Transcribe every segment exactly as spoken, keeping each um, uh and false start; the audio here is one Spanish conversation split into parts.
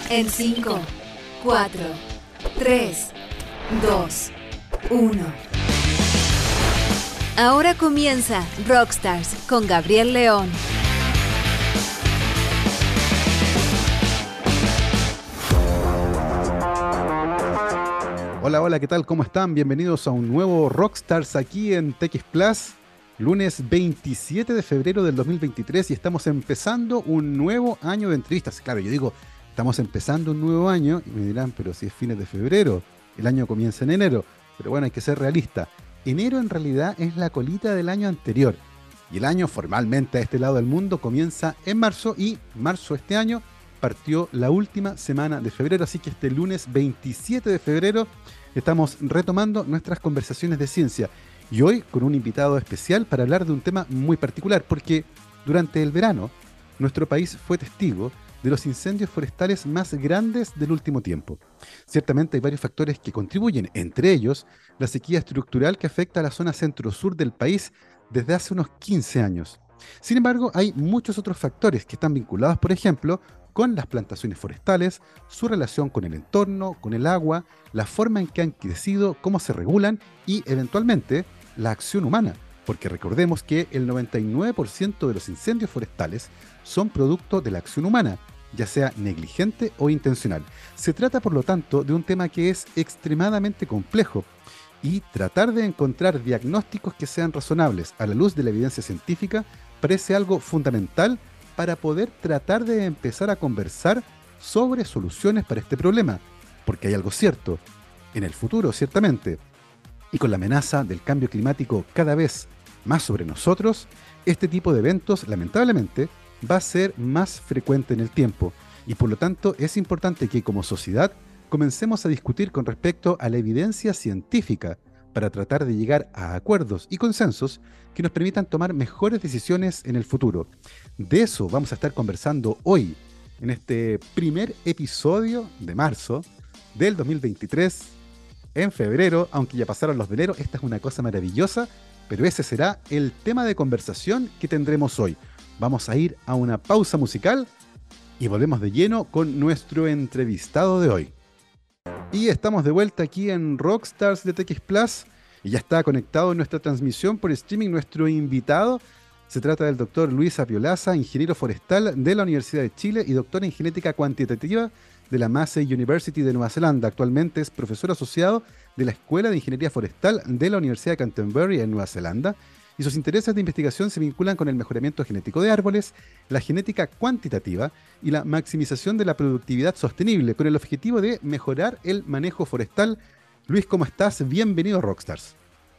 En cinco, cuatro, tres, dos, uno. Ahora comienza Rockstars con Gabriel León. Hola, hola, ¿qué tal? ¿Cómo están? Bienvenidos a un nuevo Rockstars aquí en T X Plus, lunes veintisiete de febrero del dos mil veintitrés, y estamos empezando un nuevo año de entrevistas. Claro, yo digo, estamos empezando un nuevo año, y me dirán, pero si es fines de febrero, el año comienza en enero. Pero bueno, hay que ser realista. Enero en realidad es la colita del año anterior, y el año formalmente a este lado del mundo comienza en marzo, y marzo este año partió la última semana de febrero, así que este lunes veintisiete de febrero estamos retomando nuestras conversaciones de ciencia, y hoy con un invitado especial para hablar de un tema muy particular, porque durante el verano nuestro país fue testigo de los incendios forestales más grandes del último tiempo. Ciertamente hay varios factores que contribuyen, entre ellos la sequía estructural que afecta a la zona centro-sur del país desde hace unos quince años. Sin embargo, hay muchos otros factores que están vinculados, por ejemplo, con las plantaciones forestales, su relación con el entorno, con el agua, la forma en que han crecido, cómo se regulan y, eventualmente, la acción humana, porque recordemos que el noventa y nueve por ciento de los incendios forestales son producto de la acción humana, ya sea negligente o intencional. Se trata, por lo tanto, de un tema que es extremadamente complejo, y tratar de encontrar diagnósticos que sean razonables a la luz de la evidencia científica parece algo fundamental para poder tratar de empezar a conversar sobre soluciones para este problema, porque hay algo cierto, en el futuro ciertamente, y con la amenaza del cambio climático cada vez más sobre nosotros, este tipo de eventos lamentablemente va a ser más frecuente en el tiempo, y por lo tanto es importante que como sociedad comencemos a discutir con respecto a la evidencia científica para tratar de llegar a acuerdos y consensos que nos permitan tomar mejores decisiones en el futuro. De eso vamos a estar conversando hoy, en este primer episodio de marzo del dos mil veintitrés, en febrero, aunque ya pasaron los de enero. Esta es una cosa maravillosa, pero ese será el tema de conversación que tendremos hoy. Vamos a ir a una pausa musical y volvemos de lleno con nuestro entrevistado de hoy. Y estamos de vuelta aquí en Rockstars de T X Plus, y ya está conectado en nuestra transmisión por streaming nuestro invitado. Se trata del doctor Luis Apiolaza, ingeniero forestal de la Universidad de Chile y doctor en genética cuantitativa de la Massey University de Nueva Zelanda. Actualmente es profesor asociado de la Escuela de Ingeniería Forestal de la Universidad de Canterbury en Nueva Zelanda, y sus intereses de investigación se vinculan con el mejoramiento genético de árboles, la genética cuantitativa y la maximización de la productividad sostenible, con el objetivo de mejorar el manejo forestal. Luis, ¿cómo estás? Bienvenido a Rockstars.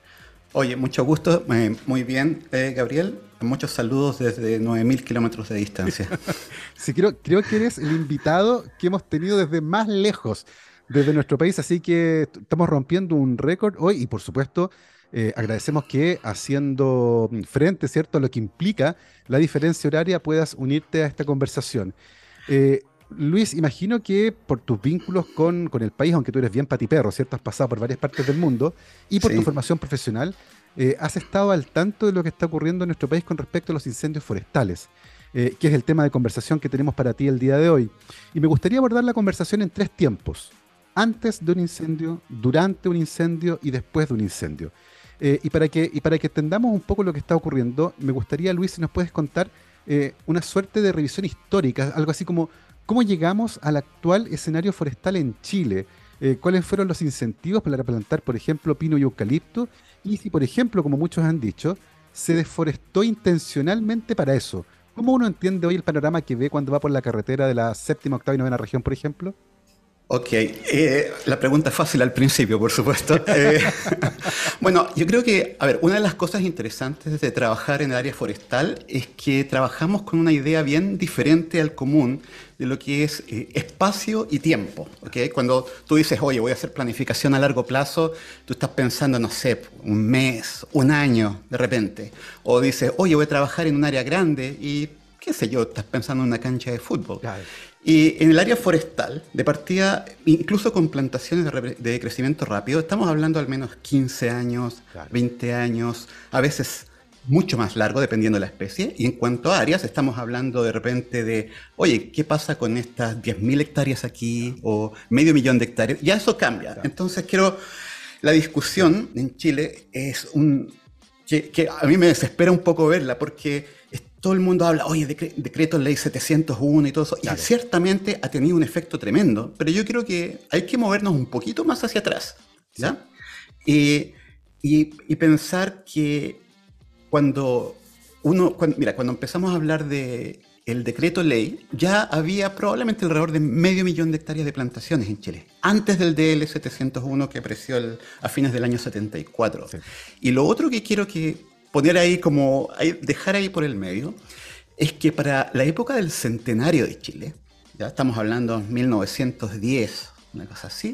Oye, mucho gusto, eh, muy bien, eh, Gabriel. Muchos saludos desde nueve mil kilómetros de distancia. Sí, creo, creo que eres el invitado que hemos tenido desde más lejos, desde nuestro país, así que estamos rompiendo un récord hoy, y por supuesto eh, agradecemos que, haciendo frente, ¿cierto?, a lo que implica la diferencia horaria, puedas unirte a esta conversación. Eh, Luis, imagino que por tus vínculos con, con el país, aunque tú eres bien patiperro, ¿cierto?, has pasado por varias partes del mundo, y por sí. tu formación profesional, eh, has estado al tanto de lo que está ocurriendo en nuestro país con respecto a los incendios forestales, eh, que es el tema de conversación que tenemos para ti el día de hoy. Y me gustaría abordar la conversación en tres tiempos: antes de un incendio, durante un incendio y después de un incendio. Eh, y, para que, y para que entendamos un poco lo que está ocurriendo, me gustaría, Luis, si nos puedes contar eh, una suerte de revisión histórica, algo así como cómo llegamos al actual escenario forestal en Chile, eh, cuáles fueron los incentivos para plantar, por ejemplo, pino y eucalipto, y si, por ejemplo, como muchos han dicho, se deforestó intencionalmente para eso. ¿Cómo uno entiende hoy el panorama que ve cuando va por la carretera de la séptima, octava y novena región, por ejemplo? Ok, eh, la pregunta es fácil al principio, por supuesto. Eh, bueno, yo creo que, a ver, una de las cosas interesantes de trabajar en el área forestal es que trabajamos con una idea bien diferente al común de lo que es eh, espacio y tiempo. ¿Okay? Cuando tú dices, oye, voy a hacer planificación a largo plazo, tú estás pensando, no sé, un mes, un año, de repente. O dices, oye, voy a trabajar en un área grande y, qué sé yo, estás pensando en una cancha de fútbol. Claro. Y en el área forestal, de partida, incluso con plantaciones de, re- de crecimiento rápido, estamos hablando al menos quince años, claro. veinte años, a veces mucho más largo dependiendo de la especie. Y en cuanto a áreas, estamos hablando de repente de, oye, ¿qué pasa con estas diez mil hectáreas aquí o medio millón de hectáreas? Ya eso cambia. Entonces quiero, la discusión en Chile es un, que, que a mí me desespera un poco verla porque es, todo el mundo habla, oye, decre, decreto ley setecientos uno y todo eso. Claro. Y ciertamente ha tenido un efecto tremendo, pero yo creo que hay que movernos un poquito más hacia atrás, ¿ya? Sí. Y, y, y pensar que Cuando uno, cuando, mira, cuando empezamos a hablar de el decreto ley, ya había probablemente alrededor de medio millón de hectáreas de plantaciones en Chile, antes del D L setecientos uno que apareció el, a fines del año setenta y cuatro. Sí. Y lo otro que quiero que poner ahí como, ahí, dejar ahí por el medio, es que para la época del centenario de Chile, ya estamos hablando de mil novecientos diez, una cosa así,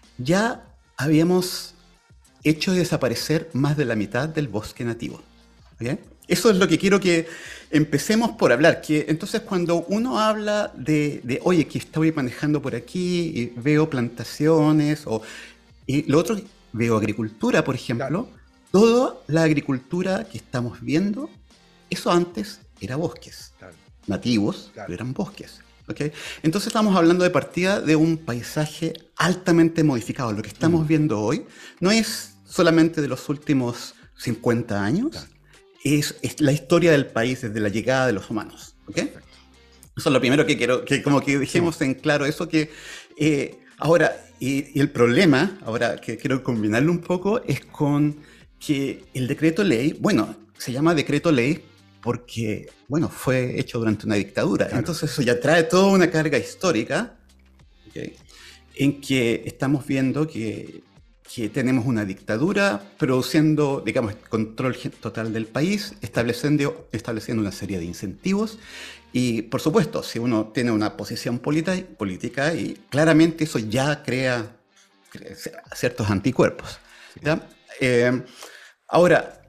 ya habíamos hecho desaparecer más de la mitad del bosque nativo. ¿Bien? Eso es lo que quiero que empecemos por hablar, que entonces cuando uno habla de, de oye, que estoy manejando por aquí y veo plantaciones, o, y lo otro, veo agricultura, por ejemplo, claro. Toda la agricultura que estamos viendo, eso antes era bosques, claro. Nativos, claro. Pero eran bosques. ¿Okay? Entonces estamos hablando de partida de un paisaje altamente modificado. Lo que estamos mm. viendo hoy no es solamente de los últimos cincuenta años, claro. Es, es la historia del país desde la llegada de los humanos, ¿okay? Eso es lo primero que quiero, que como que dejemos sí. en claro eso que eh, ahora, y, y el problema, ahora que quiero combinarlo un poco, es con que el decreto ley, bueno, se llama decreto ley porque, bueno, fue hecho durante una dictadura, claro. Entonces eso ya trae toda una carga histórica, ¿okay? En que estamos viendo que que tenemos una dictadura produciendo, digamos, control total del país, estableciendo, estableciendo una serie de incentivos y, por supuesto, si uno tiene una posición política, y claramente eso ya crea, crea ciertos anticuerpos. ¿Ya? Eh, ahora,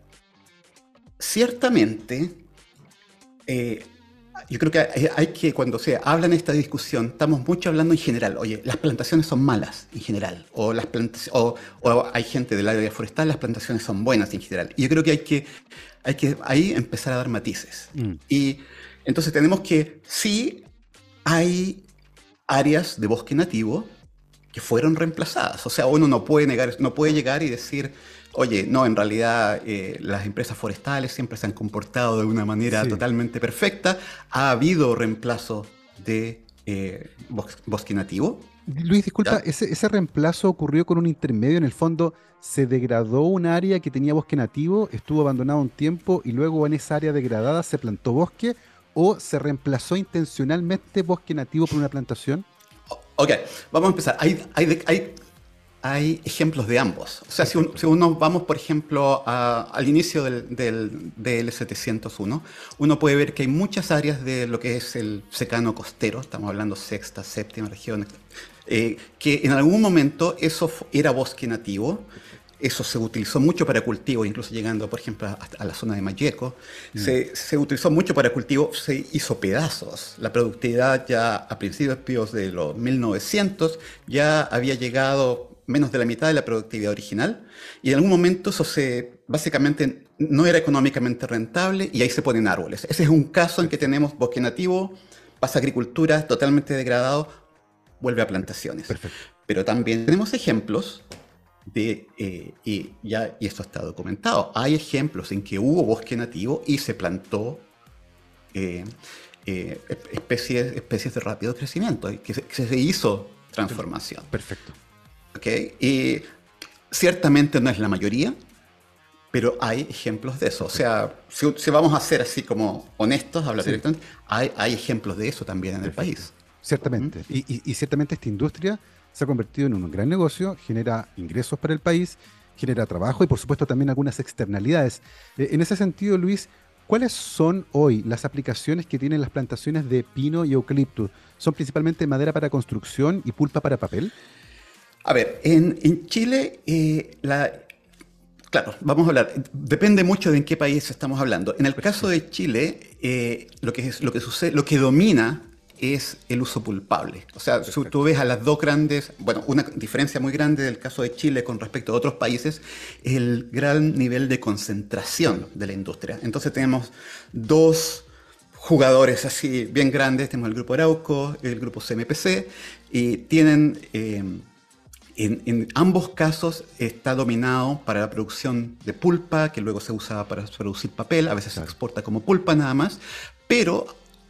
ciertamente, eh, yo creo que hay, hay que, cuando se habla en esta discusión, estamos mucho hablando en general. Oye, las plantaciones son malas en general. O, las o, o hay gente del área forestal, las plantaciones son buenas en general. Y yo creo que hay que, hay que ahí empezar a dar matices. Mm. Y entonces tenemos que, sí, hay áreas de bosque nativo que fueron reemplazadas. O sea, uno no puede negar, no puede llegar y decir, oye, no, en realidad eh, las empresas forestales siempre se han comportado de una manera sí. totalmente perfecta. Ha habido reemplazo de eh, bos bosque nativo. Luis, disculpa, ese, ese reemplazo ocurrió con un intermedio. En el fondo, se degradó un área que tenía bosque nativo, estuvo abandonado un tiempo y luego en esa área degradada se plantó bosque, o se reemplazó intencionalmente bosque nativo por una plantación. Ok, vamos a empezar. Hay... hay, hay Hay ejemplos de ambos. O sea, si, un, si uno vamos, por ejemplo, a, al inicio del, del D L setecientos uno, uno puede ver que hay muchas áreas de lo que es el secano costero, estamos hablando sexta, séptima región, eh, que en algún momento eso era bosque nativo, eso se utilizó mucho para cultivo, incluso llegando, por ejemplo, a, a la zona de Malleco, mm. se, se utilizó mucho para cultivo, se hizo pedazos. La productividad ya a principios de los mil novecientos ya había llegado menos de la mitad de la productividad original, y en algún momento eso se, básicamente no era económicamente rentable, y ahí se ponen árboles. Ese es un caso en que tenemos bosque nativo, pasa agricultura, totalmente degradado, vuelve a plantaciones. Perfecto. Pero también tenemos ejemplos de, eh, y, ya, y esto está documentado, hay ejemplos en que hubo bosque nativo y se plantó eh, eh, especies, especies de rápido crecimiento, que se, que se hizo transformación. Perfecto. Okay. Y ciertamente no es la mayoría, pero hay ejemplos de eso. O sea, si, si vamos a ser así como honestos, hablar sí. directamente, hay, hay ejemplos de eso también en Perfecto. El país. Ciertamente. ¿Mm? Y, y, y ciertamente esta industria se ha convertido en un gran negocio, genera ingresos para el país, genera trabajo y por supuesto también algunas externalidades. Eh, en ese sentido, Luis, ¿cuáles son hoy las aplicaciones que tienen las plantaciones de pino y eucalipto? ¿Son principalmente madera para construcción y pulpa para papel? A ver, en, en Chile, eh, la, claro, vamos a hablar, depende mucho de en qué país estamos hablando. En el caso de Chile, eh, lo, que es, lo que sucede, lo que domina es el uso pulpable. O sea, si tú ves a las dos grandes, bueno, una diferencia muy grande del caso de Chile con respecto a otros países, es el gran nivel de concentración de la industria. Entonces tenemos dos jugadores así bien grandes, tenemos el grupo Arauco, el grupo C M P C, y tienen, eh, en, en ambos casos está dominado para la producción de pulpa, que luego se usa para producir papel, a veces se exporta como pulpa nada más, pero,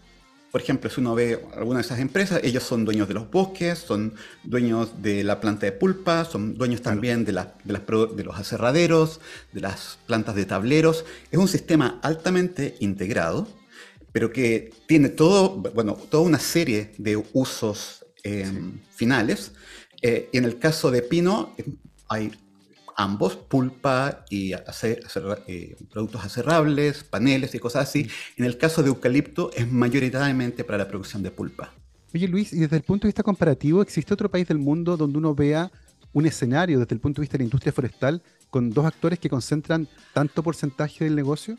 por ejemplo, si uno ve alguna de esas empresas, ellos son dueños de los bosques, son dueños de la planta de pulpa, son dueños también de, la, de, las, de los aserraderos, de las plantas de tableros. Es un sistema altamente integrado, pero que tiene todo, bueno, toda una serie de usos eh, sí. finales. Eh, y en el caso de pino hay ambos, pulpa y acer, acer, eh, productos aserrables, paneles y cosas así. En el caso de eucalipto es mayoritariamente para la producción de pulpa. Oye Luis, y desde el punto de vista comparativo, ¿existe otro país del mundo donde uno vea un escenario desde el punto de vista de la industria forestal con dos actores que concentran tanto porcentaje del negocio?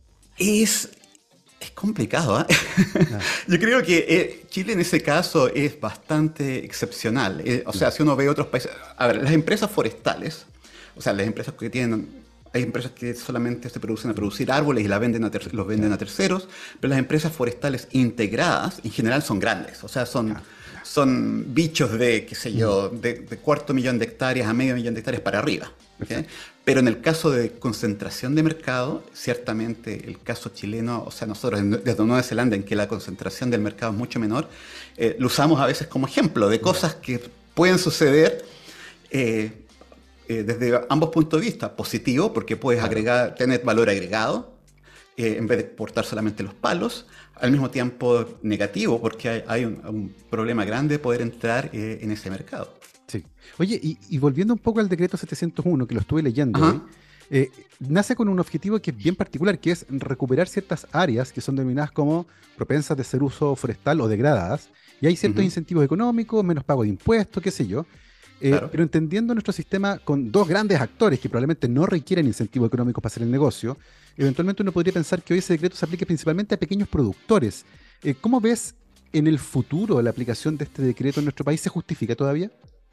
Es... Es complicado, ¿eh? Ah. Yo creo que eh, Chile en ese caso es bastante excepcional. Eh, o sea, si uno ve otros países... A ver, las empresas forestales, o sea, las empresas que tienen... Hay empresas que solamente se producen a producir árboles y la venden a ter- los venden a terceros, pero las empresas forestales integradas en general son grandes. O sea, son, son bichos de, qué sé yo, de, de cuarto millón de hectáreas a medio millón de hectáreas para arriba. ¿Okay? Pero en el caso de concentración de mercado, ciertamente el caso chileno, o sea, nosotros desde Nueva Zelanda, en que la concentración del mercado es mucho menor, eh, lo usamos a veces como ejemplo de cosas que pueden suceder eh, eh, desde ambos puntos de vista. Positivo, porque puedes agregar, tener valor agregado, eh, en vez de exportar solamente los palos. Al mismo tiempo negativo, porque hay, hay un, un problema grande de poder entrar eh, en ese mercado. Sí. Oye, y, y volviendo un poco al decreto setecientos uno, que lo estuve leyendo hoy, eh, nace con un objetivo que es bien particular, que es recuperar ciertas áreas que son denominadas como propensas de ser uso forestal o degradadas, y hay ciertos uh-huh. incentivos económicos, menos pago de impuestos, qué sé yo, eh, claro. pero entendiendo nuestro sistema con dos grandes actores que probablemente no requieren incentivos económicos para hacer el negocio, eventualmente uno podría pensar que hoy ese decreto se aplique principalmente a pequeños productores. Eh, ¿Cómo ves en el futuro la aplicación de este decreto en nuestro país? ¿Se justifica todavía?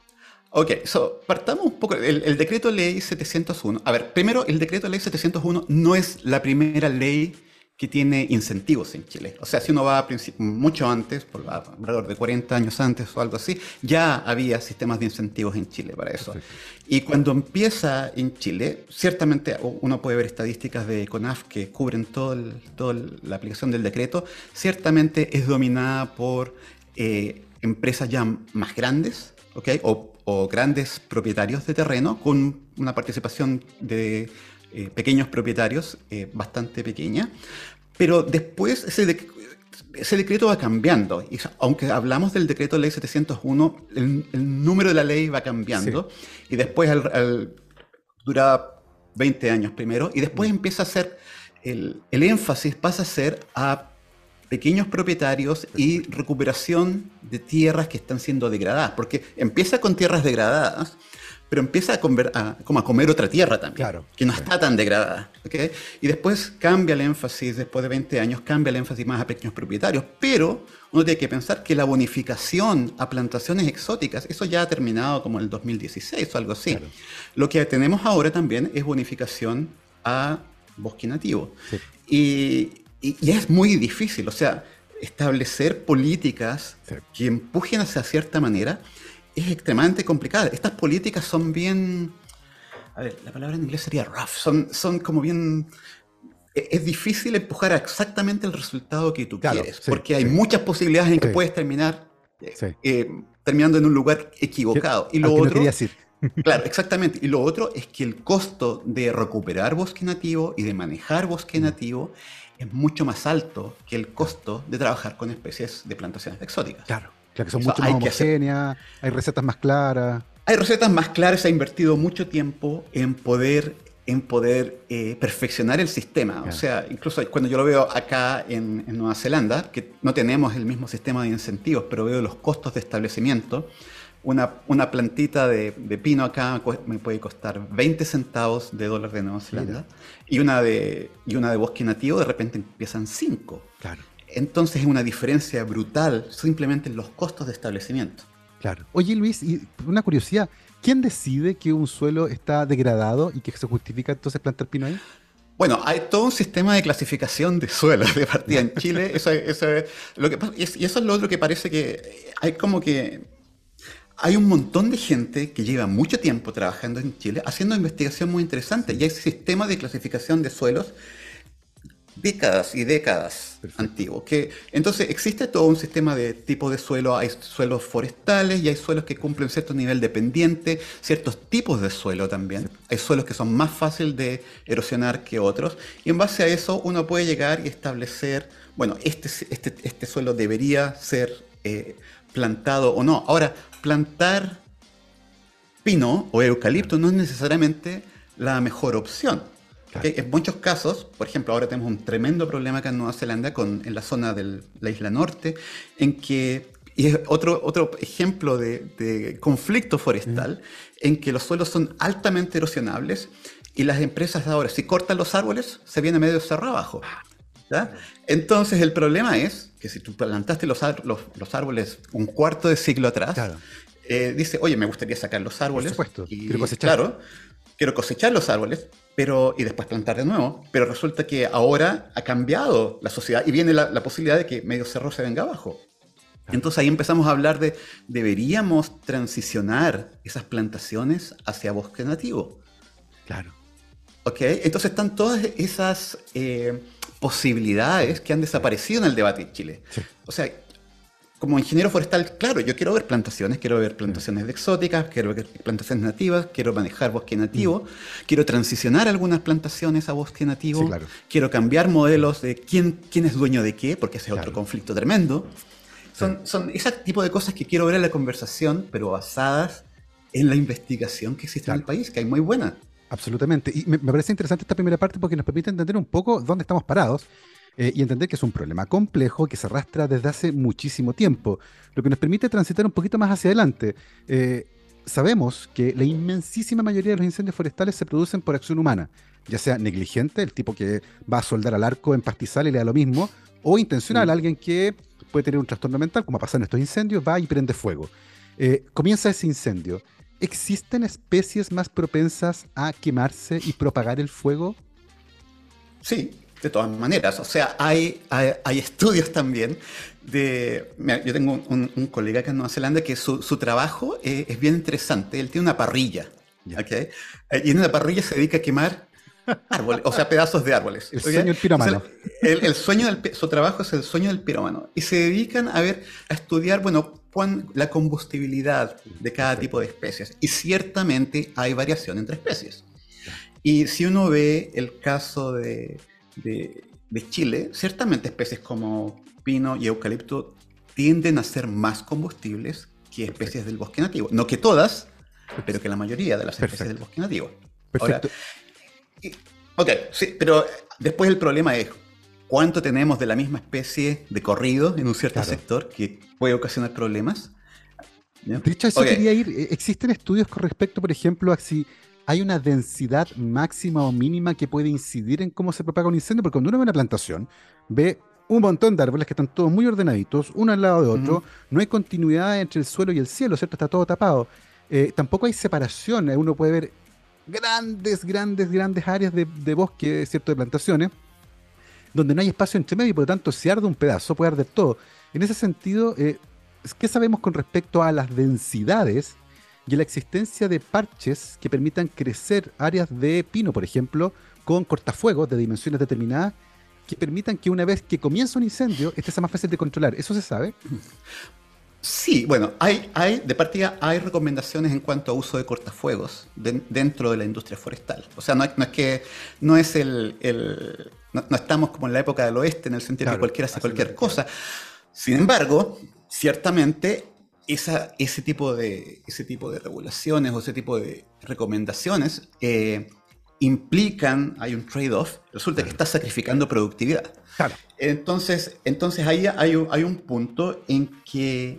Ok, so, partamos un poco. El, el decreto ley setecientos uno. A ver, primero, el decreto ley setecientos uno no es la primera ley que tiene incentivos en Chile. O sea, si uno va a mucho antes, por alrededor de cuarenta años antes o algo así, ya había sistemas de incentivos en Chile para eso. Perfecto. Y cuando empieza en Chile, ciertamente uno puede ver estadísticas de CONAF que cubren toda todo la aplicación del decreto, ciertamente es dominada por eh, empresas ya más grandes, ¿okay? o o grandes propietarios de terreno con una participación de eh, pequeños propietarios eh, bastante pequeña. Pero después ese, de, ese decreto va cambiando. Y aunque hablamos del decreto ley setecientos uno, el, el número de la ley va cambiando. Sí. Y después al, al, dura veinte años primero. Y después mm. empieza a ser, el, el énfasis pasa a ser a pequeños propietarios y recuperación de tierras que están siendo degradadas, porque empieza con tierras degradadas, pero empieza a, comer, a, como a comer otra tierra también, claro, que no claro. está tan degradada. ¿Okay? Y después cambia el énfasis, después de veinte años, cambia el énfasis más a pequeños propietarios, pero uno tiene que pensar que la bonificación a plantaciones exóticas, eso ya ha terminado como en el dos mil dieciséis o algo así. Claro. Lo que tenemos ahora también es bonificación a bosque nativo. Sí. Y Y, y es muy difícil, o sea, establecer políticas sí. que empujen hacia cierta manera es extremadamente complicado. Estas políticas son bien, a ver, la palabra en inglés sería rough, son, son como bien, es difícil empujar a exactamente el resultado que tú claro, quieres, sí, porque hay sí. muchas posibilidades en que sí. puedes terminar sí. eh, terminando en un lugar equivocado. Yo, y lo otro, no decir. Claro, exactamente. Y lo otro es que el costo de recuperar bosque nativo y de manejar bosque mm. nativo es mucho más alto que el costo de trabajar con especies de plantaciones exóticas. Claro, claro que son Eso mucho más homogéneas, hay recetas más claras. Hay recetas más claras, se ha invertido mucho tiempo en poder, en poder eh, perfeccionar el sistema. Claro. O sea, incluso cuando yo lo veo acá en, en Nueva Zelanda, que no tenemos el mismo sistema de incentivos, pero veo los costos de establecimiento, Una, una plantita de, de pino acá me puede costar veinte centavos de dólar de Nueva Zelanda y una, de, y una de bosque nativo de repente empiezan cinco. Claro. entonces es una diferencia brutal simplemente en los costos de establecimiento. Claro. Oye, Luis, y una curiosidad, ¿quién decide que un suelo está degradado y que se justifica entonces plantar pino ahí? Bueno, hay todo un sistema de clasificación de suelos de partida en Chile. Eso, eso es lo que pasa, y eso es lo otro que parece que hay como que hay un montón de gente que lleva mucho tiempo trabajando en Chile haciendo investigación muy interesante. Y hay sistemas de clasificación de suelos décadas y décadas Perfecto. antiguos. Que, entonces existe todo un sistema de tipo de suelo. Hay suelos forestales y hay suelos que cumplen cierto nivel de pendiente, ciertos tipos de suelo también. Sí. Hay suelos que son más fáciles de erosionar que otros. Y en base a eso uno puede llegar y establecer, bueno, este, este, este suelo debería ser eh, plantado o no. Ahora, plantar pino o eucalipto no es necesariamente la mejor opción. Claro. Okay, en muchos casos, por ejemplo, ahora tenemos un tremendo problema acá en Nueva Zelanda con, en la zona de la isla norte, en que, y es otro, otro ejemplo de, de conflicto forestal, mm. en que los suelos son altamente erosionables y las empresas ahora, si cortan los árboles, se viene medio cerro abajo. ¿Ya? Entonces el problema es que si tú plantaste los, los, los árboles un cuarto de siglo atrás, claro. eh, dice, oye, me gustaría sacar los árboles. Por supuesto, y, quiero cosechar. Claro, quiero cosechar los árboles, pero, y después plantar de nuevo, pero resulta que ahora ha cambiado la sociedad y viene la, la posibilidad de que medio cerro se venga abajo. Claro. Entonces ahí empezamos a hablar de, deberíamos transicionar esas plantaciones hacia bosque nativo. Claro. ¿Ok? Entonces están todas esas eh, posibilidades que han desaparecido en el debate en Chile. Sí. O sea, como ingeniero forestal, claro, yo quiero ver plantaciones, quiero ver plantaciones de exóticas, quiero ver plantaciones nativas, quiero manejar bosque nativo, mm. quiero transicionar algunas plantaciones a bosque nativo, sí, claro. quiero cambiar modelos de quién, quién es dueño de qué, porque ese es claro. otro conflicto tremendo. Son, sí. son ese tipo de cosas que quiero ver en la conversación, pero basadas en la investigación que existe claro. en el país, que hay muy buena. Absolutamente. Y me, me parece interesante esta primera parte porque nos permite entender un poco dónde estamos parados. Eh, y entender que es un problema complejo que se arrastra desde hace muchísimo tiempo, lo que nos permite transitar un poquito más hacia adelante. Eh, sabemos que la inmensísima mayoría de los incendios forestales se producen por acción humana, ya sea negligente, el tipo que va a soldar al arco en pastizal y le da lo mismo, o intencional, sí. alguien que puede tener un trastorno mental, como pasa en estos incendios, va y prende fuego. Eh, comienza ese incendio. ¿Existen especies más propensas a quemarse y propagar el fuego? Sí. De todas maneras, o sea, hay, hay, hay estudios también de... Mira, yo tengo un, un colega acá en Nueva Zelanda que su, su trabajo es, es bien interesante. Él tiene una parrilla, yeah. ¿okay? Y en una parrilla se dedica a quemar árboles, o sea, pedazos de árboles. El ¿okay? sueño del pirómano. O sea, el, el sueño del, su trabajo es el sueño del pirómano. Y se dedican a ver, a estudiar, bueno, cuán, la combustibilidad de cada Perfecto. tipo de especies. Y ciertamente hay variación entre especies. Y si uno ve el caso de... De, de Chile, ciertamente especies como pino y eucalipto tienden a ser más combustibles que especies Perfecto. del bosque nativo. No que todas, pero que la mayoría de las especies Perfecto. del bosque nativo. Perfecto. Ahora, y, ok, sí, pero después el problema es cuánto tenemos de la misma especie de corrido en un cierto claro. sector que puede ocasionar problemas. ¿Ya? De hecho, eso okay. quería ir. ¿Existen estudios con respecto, por ejemplo, a si hay una densidad máxima o mínima que puede incidir en cómo se propaga un incendio? Porque cuando uno ve una plantación, ve un montón de árboles que están todos muy ordenaditos, uno al lado de otro, uh-huh. no hay continuidad entre el suelo y el cielo, ¿cierto? Está todo tapado. Eh, tampoco hay separación, uno puede ver grandes, grandes, grandes áreas de, de bosque, ¿cierto? De plantaciones, donde no hay espacio entre medio y por lo tanto si arde un pedazo, puede arder todo. En ese sentido, eh, ¿qué sabemos con respecto a las densidades y la existencia de parches que permitan crecer áreas de pino, por ejemplo, con cortafuegos de dimensiones determinadas, que permitan que una vez que comienza un incendio, este sea más fácil de controlar? ¿Eso se sabe? Sí, bueno, hay, hay de partida hay recomendaciones en cuanto a uso de cortafuegos de, dentro de la industria forestal. O sea, no, no es que no es el, el no, no estamos como en la época del oeste en el sentido claro, de que cualquiera hace cualquier cosa. Sin embargo, ciertamente esa, ese tipo de ese tipo de regulaciones o ese tipo de recomendaciones eh, implican, hay un trade-off, resulta claro. que estás sacrificando productividad. Claro. Entonces, entonces ahí hay un, hay un punto en que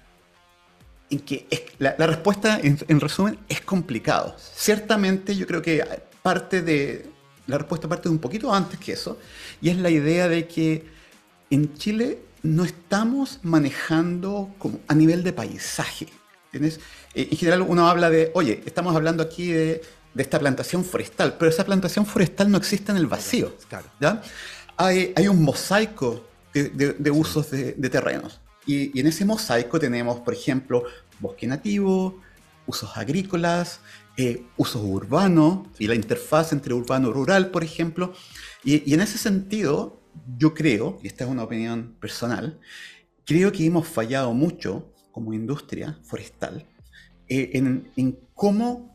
en que es, la, la respuesta, en, en resumen, es complicado. Ciertamente yo creo que parte de la respuesta parte de un poquito antes que eso, y es la idea de que en Chile no estamos manejando como a nivel de paisaje. ¿Entiendes? Eh, en general uno habla de, oye, estamos hablando aquí de, de esta plantación forestal, pero esa plantación forestal no existe en el vacío. Claro. ¿Ya? Hay, hay un mosaico de, de, de usos sí. de, de terrenos. Y, y en ese mosaico tenemos, por ejemplo, bosque nativo, usos agrícolas, eh, usos urbanos y la interfaz entre urbano y rural, por ejemplo. Y, y en ese sentido, yo creo, y esta es una opinión personal, creo que hemos fallado mucho como industria forestal eh, en, en cómo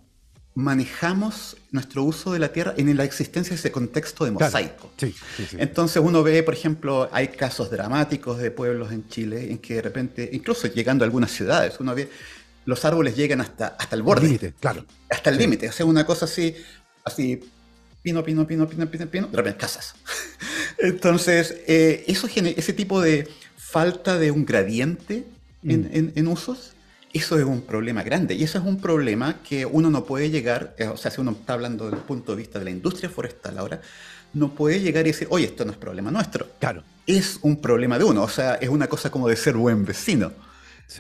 manejamos nuestro uso de la tierra en la existencia de ese contexto de mosaico. Claro. Sí, sí, sí. Entonces uno ve, por ejemplo, hay casos dramáticos de pueblos en Chile en que de repente, incluso llegando a algunas ciudades, uno ve los árboles llegan hasta, hasta el borde. El límite, claro. Hasta el sí. límite. O sea, una cosa así, así, pino, pino, pino, pino, pino, pino, de repente casas. Entonces, eh, eso, ese tipo de falta de un gradiente en, mm. en, en usos, eso es un problema grande. Y eso es un problema que uno no puede llegar, eh, o sea, si uno está hablando desde el punto de vista de la industria forestal ahora, no puede llegar y decir, oye, esto no es problema nuestro. Claro. Es un problema de uno. O sea, es una cosa como de ser buen vecino. Sí.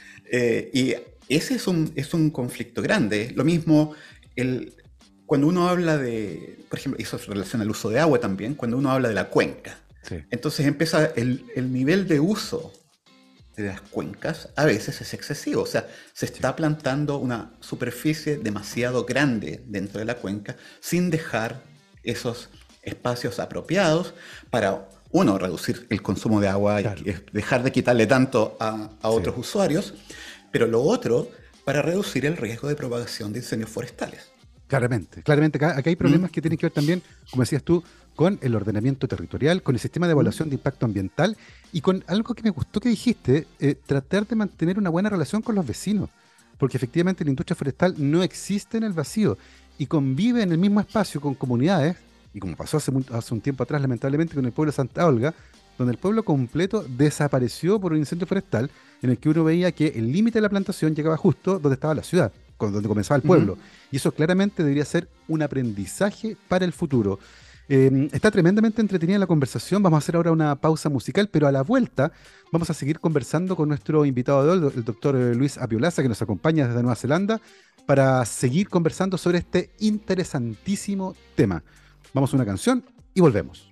Eh, y ese es un, es un conflicto grande. Lo mismo, el, cuando uno habla de, por ejemplo, eso se relaciona al uso de agua también, cuando uno habla de la cuenca. Sí. Entonces empieza el, el nivel de uso de las cuencas a veces es excesivo. O sea, se está sí. plantando una superficie demasiado grande dentro de la cuenca sin dejar esos espacios apropiados para, uno, reducir el consumo de agua claro. y dejar de quitarle tanto a, a otros sí. usuarios, pero lo otro, para reducir el riesgo de propagación de incendios forestales. Claramente, claramente. Acá, acá hay problemas mm. que tienen que ver también, como decías tú, con el ordenamiento territorial, con el sistema de evaluación mm. de impacto ambiental y con algo que me gustó que dijiste, eh, tratar de mantener una buena relación con los vecinos, porque efectivamente la industria forestal no existe en el vacío y convive en el mismo espacio con comunidades, y como pasó hace, muy, hace un tiempo atrás lamentablemente con el pueblo de Santa Olga, donde el pueblo completo desapareció por un incendio forestal en el que uno veía que el límite de la plantación llegaba justo donde estaba la ciudad, donde comenzaba el pueblo. Uh-huh. Y eso claramente debería ser un aprendizaje para el futuro. Eh, está tremendamente entretenida la conversación. Vamos a hacer ahora una pausa musical, pero a la vuelta vamos a seguir conversando con nuestro invitado de hoy, el doctor Luis Apiolaza, que nos acompaña desde Nueva Zelanda, para seguir conversando sobre este interesantísimo tema. Vamos a una canción y volvemos.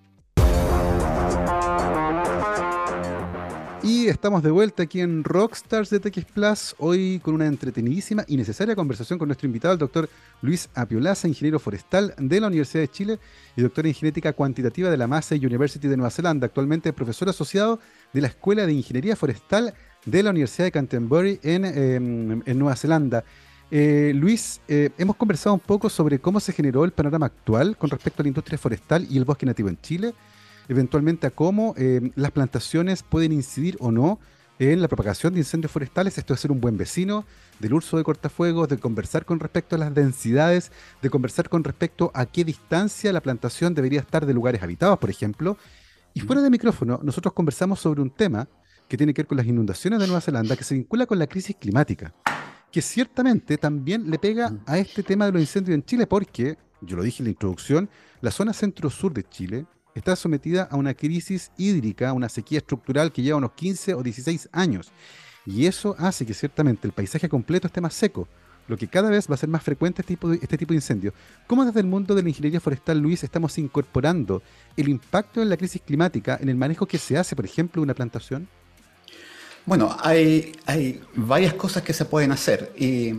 Y estamos de vuelta aquí en Rockstars de T X Plus, hoy con una entretenidísima y necesaria conversación con nuestro invitado, el doctor Luis Apiolaza, ingeniero forestal de la Universidad de Chile y doctor en genética cuantitativa de la Massey University de Nueva Zelanda, actualmente profesor asociado de la Escuela de Ingeniería Forestal de la Universidad de Canterbury en, eh, en Nueva Zelanda. Eh, Luis, eh, hemos conversado un poco sobre cómo se generó el panorama actual con respecto a la industria forestal y el bosque nativo en Chile, eventualmente a cómo eh, las plantaciones pueden incidir o no en la propagación de incendios forestales. Esto de ser un buen vecino, del uso de cortafuegos, de conversar con respecto a las densidades, de conversar con respecto a qué distancia la plantación debería estar de lugares habitados, por ejemplo. Y fuera de micrófono, nosotros conversamos sobre un tema que tiene que ver con las inundaciones de Nueva Zelanda, que se vincula con la crisis climática, que ciertamente también le pega a este tema de los incendios en Chile, porque, yo lo dije en la introducción, la zona centro-sur de Chile está sometida a una crisis hídrica, una sequía estructural que lleva unos quince o dieciséis años. Y eso hace que ciertamente el paisaje completo esté más seco, lo que cada vez va a ser más frecuente este tipo de, este tipo de incendios. ¿Cómo desde el mundo de la ingeniería forestal, Luis, estamos incorporando el impacto de la crisis climática en el manejo que se hace, por ejemplo, de una plantación? Bueno, hay, hay varias cosas que se pueden hacer y,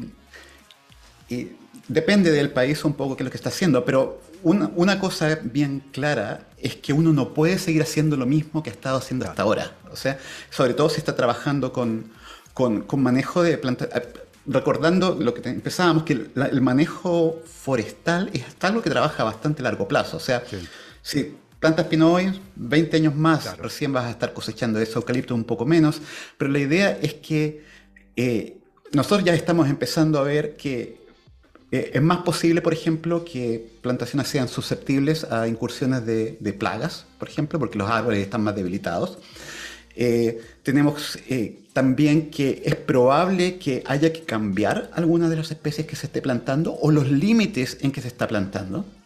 y depende del país un poco qué es lo que está haciendo, pero una, una cosa bien clara es que uno no puede seguir haciendo lo mismo que ha estado haciendo hasta ahora. O sea, sobre todo si está trabajando con, con, con manejo de plantas. Recordando lo que te, empezábamos, que el, el manejo forestal es algo que trabaja a bastante largo plazo. O sea, sí. si plantas pino hoy, veinte años más, claro, recién vas a estar cosechando eso, eucalipto un poco menos. Pero la idea es que eh, nosotros ya estamos empezando a ver que Eh, es más posible, por ejemplo, que plantaciones sean susceptibles a incursiones de, de plagas, por ejemplo, porque los árboles están más debilitados. Eh, tenemos eh, también que es probable que haya que cambiar algunas de las especies que se esté plantando o los límites en que se está plantando.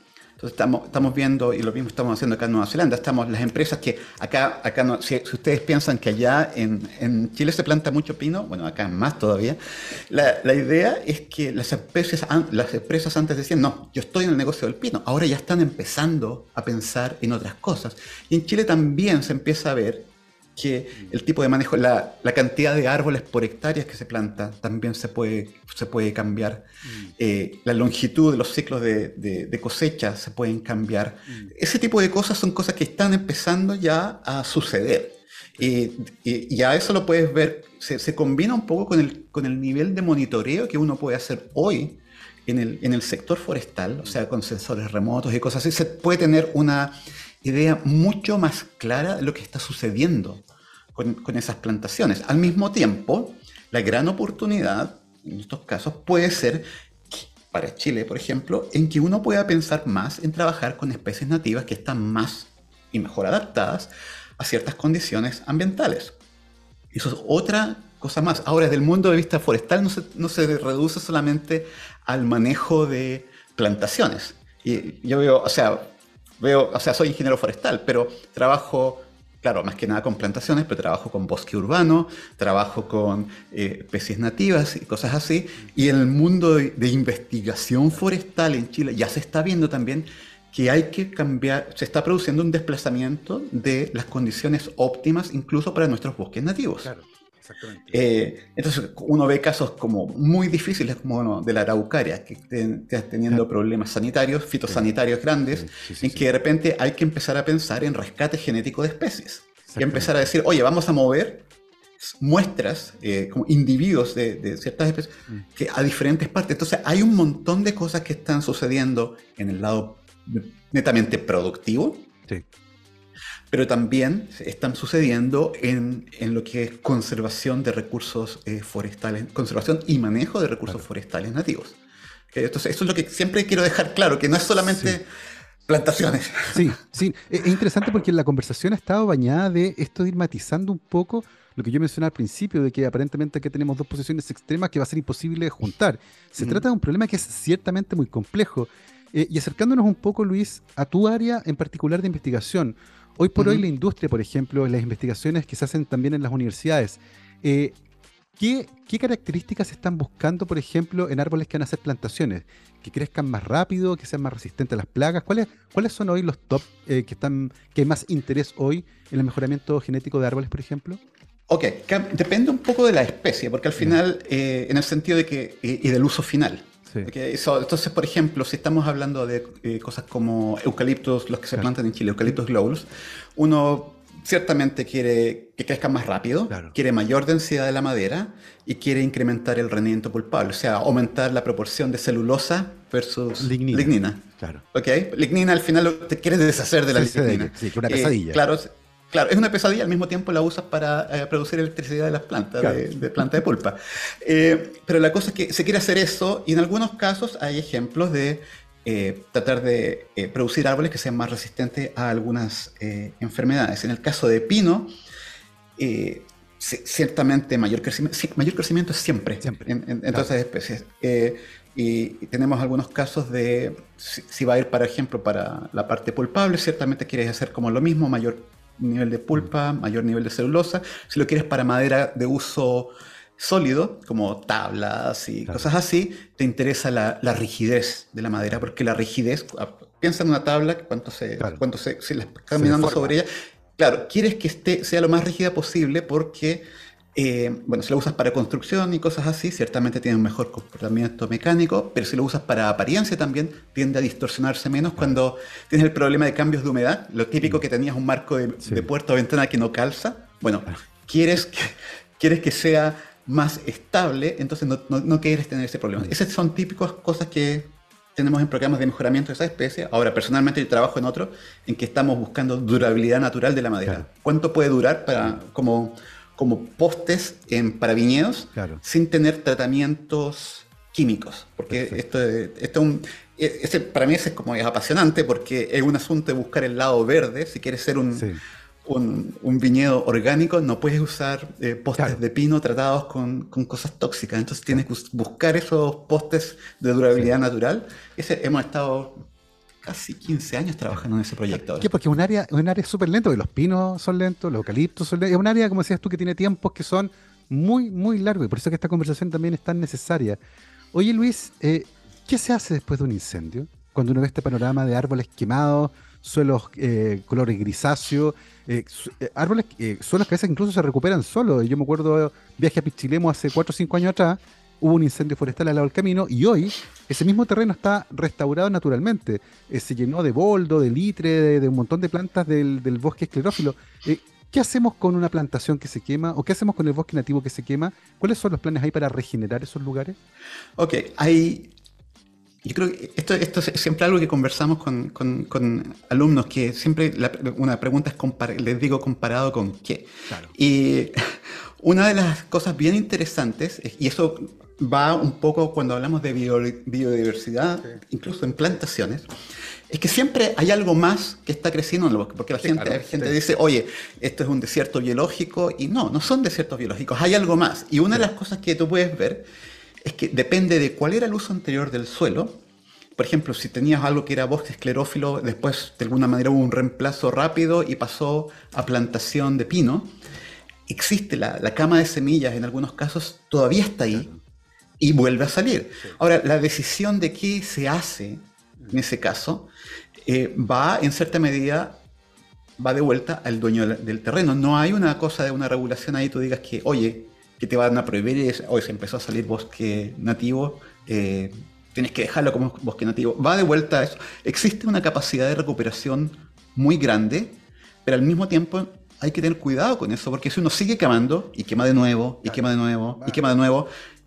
Entonces estamos, estamos viendo, y lo mismo estamos haciendo acá en Nueva Zelanda, estamos las empresas que acá, acá no, si, si ustedes piensan que allá en, en Chile se planta mucho pino, bueno, acá más todavía, la, la idea es que las empresas, las empresas antes decían, no, yo estoy en el negocio del pino, ahora ya están empezando a pensar en otras cosas. Y en Chile también se empieza a ver que el tipo de manejo, la, la cantidad de árboles por hectáreas que se planta también se puede, se puede cambiar. Mm. Eh, la longitud de los ciclos de, de, de cosecha se pueden cambiar. Mm. Ese tipo de cosas son cosas que están empezando ya a suceder. Y, y, y a eso lo puedes ver, se, se combina un poco con el, con el nivel de monitoreo que uno puede hacer hoy en el, en el sector forestal, o sea, con sensores remotos y cosas así. Se puede tener una idea mucho más clara de lo que está sucediendo con, con esas plantaciones. Al mismo tiempo, la gran oportunidad en estos casos puede ser, para Chile, por ejemplo, en que uno pueda pensar más en trabajar con especies nativas que están más y mejor adaptadas a ciertas condiciones ambientales. Eso es otra cosa más. Ahora, desde el mundo de vista forestal no se, no se reduce solamente al manejo de plantaciones. Y yo veo, o sea, Veo, o sea, soy ingeniero forestal, pero trabajo, claro, más que nada con plantaciones, pero trabajo con bosque urbano, trabajo con eh, especies nativas y cosas así. Y en el mundo de, de investigación forestal en Chile ya se está viendo también que hay que cambiar, se está produciendo un desplazamiento de las condiciones óptimas incluso para nuestros bosques nativos. Claro. Exactamente. Eh, entonces uno ve casos como muy difíciles como bueno, de la araucaria, que estén teniendo claro. problemas sanitarios, fitosanitarios sí. grandes, sí, sí, sí, en sí. que de repente hay que empezar a pensar en rescate genético de especies. Y empezar a decir, oye, vamos a mover muestras, eh, como individuos de, de ciertas especies mm. que a diferentes partes. Entonces hay un montón de cosas que están sucediendo en el lado netamente productivo. Sí. Pero también están sucediendo en, en lo que es conservación de recursos eh, forestales, conservación y manejo de recursos claro. forestales nativos. Entonces, eso es lo que siempre quiero dejar claro, que no es solamente sí. plantaciones. Sí, sí, es interesante porque la conversación ha estado bañada de esto de ir matizando un poco lo que yo mencionaba al principio, de que aparentemente aquí tenemos dos posiciones extremas que va a ser imposible juntar. Se mm. trata de un problema que es ciertamente muy complejo. Eh, y acercándonos un poco, Luis, a tu área en particular de investigación. Hoy por uh-huh. hoy la industria, por ejemplo, las investigaciones que se hacen también en las universidades, eh, ¿qué, ¿qué características están buscando, por ejemplo, en árboles que van a hacer plantaciones? ¿Que crezcan más rápido, que sean más resistentes a las plagas? ¿Cuáles, cuáles son hoy los top eh, que, están, que hay más interés hoy en el mejoramiento genético de árboles, por ejemplo? Ok, depende un poco de la especie, porque al final, eh, en el sentido de que, y, y del uso final. Sí. Okay, so, entonces, por ejemplo, si estamos hablando de eh, cosas como eucaliptos, los que se claro. plantan en Chile, eucaliptos globulus, uno ciertamente quiere que crezcan más rápido, claro. quiere mayor densidad de la madera y quiere incrementar el rendimiento pulpable, o sea, aumentar la proporción de celulosa versus lignina. lignina. Claro. Okay, lignina al final te quieres deshacer de la sí, lignina. Sí, que una pesadilla. Eh, claro. Claro, es una pesadilla, al mismo tiempo la usas para eh, producir electricidad de las plantas, claro. de, de planta de pulpa. Eh, pero la cosa es que se quiere hacer eso y en algunos casos hay ejemplos de eh, tratar de eh, producir árboles que sean más resistentes a algunas eh, enfermedades. En el caso de pino, eh, ciertamente mayor crecimiento, sí, mayor crecimiento es siempre, siempre. en, en, en claro. todas esas especies. Eh, y, y tenemos algunos casos de, si, si va a ir, por ejemplo, para la parte pulpable, ciertamente quieres hacer como lo mismo, mayor nivel de pulpa, mayor nivel de celulosa. Si lo quieres para madera de uso sólido, como tablas y claro. cosas así, te interesa la, la rigidez de la madera, porque la rigidez, piensa en una tabla, cuánto se, claro. cuánto se, si la estás caminando sobre ella, claro, quieres que esté, sea lo más rígida posible porque, eh, bueno, si lo usas para construcción y cosas así, ciertamente tiene un mejor comportamiento mecánico, pero si lo usas para apariencia también, tiende a distorsionarse menos claro. cuando tienes el problema de cambios de humedad, lo típico que tenías un marco de, sí. de puerta o ventana que no calza, bueno, claro. quieres, que, quieres que sea más estable, entonces no, no, no quieres tener ese problema. Sí. Esas son típicas cosas que tenemos en programas de mejoramiento de esa especie. Ahora, personalmente yo trabajo en otro en que estamos buscando durabilidad natural de la madera. Claro. ¿Cuánto puede durar para como... como postes en, para viñedos claro. sin tener tratamientos químicos? Porque esto, esto es un, ese, para mí ese es como es apasionante porque es un asunto de buscar el lado verde. Si quieres ser un, sí. un, un viñedo orgánico, no puedes usar eh, postes claro. de pino tratados con, con cosas tóxicas. Entonces tienes que buscar esos postes de durabilidad sí. natural. Ese, hemos estado casi quince años trabajando en ese proyecto. ¿Qué? Porque es un área, un área súper lento, porque los pinos son lentos, los eucaliptos son lentos. Es un área, como decías tú, que tiene tiempos que son muy, muy largos, y por eso es que esta conversación también es tan necesaria. Oye, Luis, eh, ¿qué se hace después de un incendio? Cuando uno ve este panorama de árboles quemados, suelos eh, colores grisáceos, eh, su- eh, árboles, eh, suelos que a veces incluso se recuperan solos. Yo me acuerdo, viaje a Pichilemu hace cuatro o cinco años atrás, hubo un incendio forestal al lado del camino y hoy ese mismo terreno está restaurado naturalmente. Eh, se llenó de boldo, de litre, de, de un montón de plantas del, del bosque esclerófilo. Eh, ¿Qué hacemos con una plantación que se quema o qué hacemos con el bosque nativo que se quema? ¿Cuáles son los planes ahí para regenerar esos lugares? Ok, hay... Yo creo que esto, esto es siempre algo que conversamos con, con- con alumnos, que siempre la- una pregunta es, compar- les digo, ¿comparado con qué? Claro. Y una de las cosas bien interesantes, es- y eso va un poco cuando hablamos de bio- biodiversidad, Sí. incluso en plantaciones, es que siempre hay algo más que está creciendo en el bosque, porque la Sí, gente, claro, la gente sí. dice, oye, esto es un desierto biológico, y no, no son desiertos biológicos, hay algo más. Y una de las cosas que tú puedes ver es que depende de cuál era el uso anterior del suelo. Por ejemplo, si tenías algo que era bosque esclerófilo, después de alguna manera hubo un reemplazo rápido y pasó a plantación de pino. Existe la, la cama de semillas, en algunos casos todavía está ahí y vuelve a salir. Ahora, la decisión de qué se hace en ese caso eh, va en cierta medida, va de vuelta al dueño del, del terreno. No hay una cosa de una regulación ahí, tú digas que, oye, que te van a prohibir, es, oye, se empezó a salir bosque nativo, eh, tienes que dejarlo como bosque nativo. Va de vuelta a eso. Existe una capacidad de recuperación muy grande, pero al mismo tiempo hay que tener cuidado con eso, porque si uno sigue quemando y quema de nuevo, y quema de nuevo, y quema de nuevo,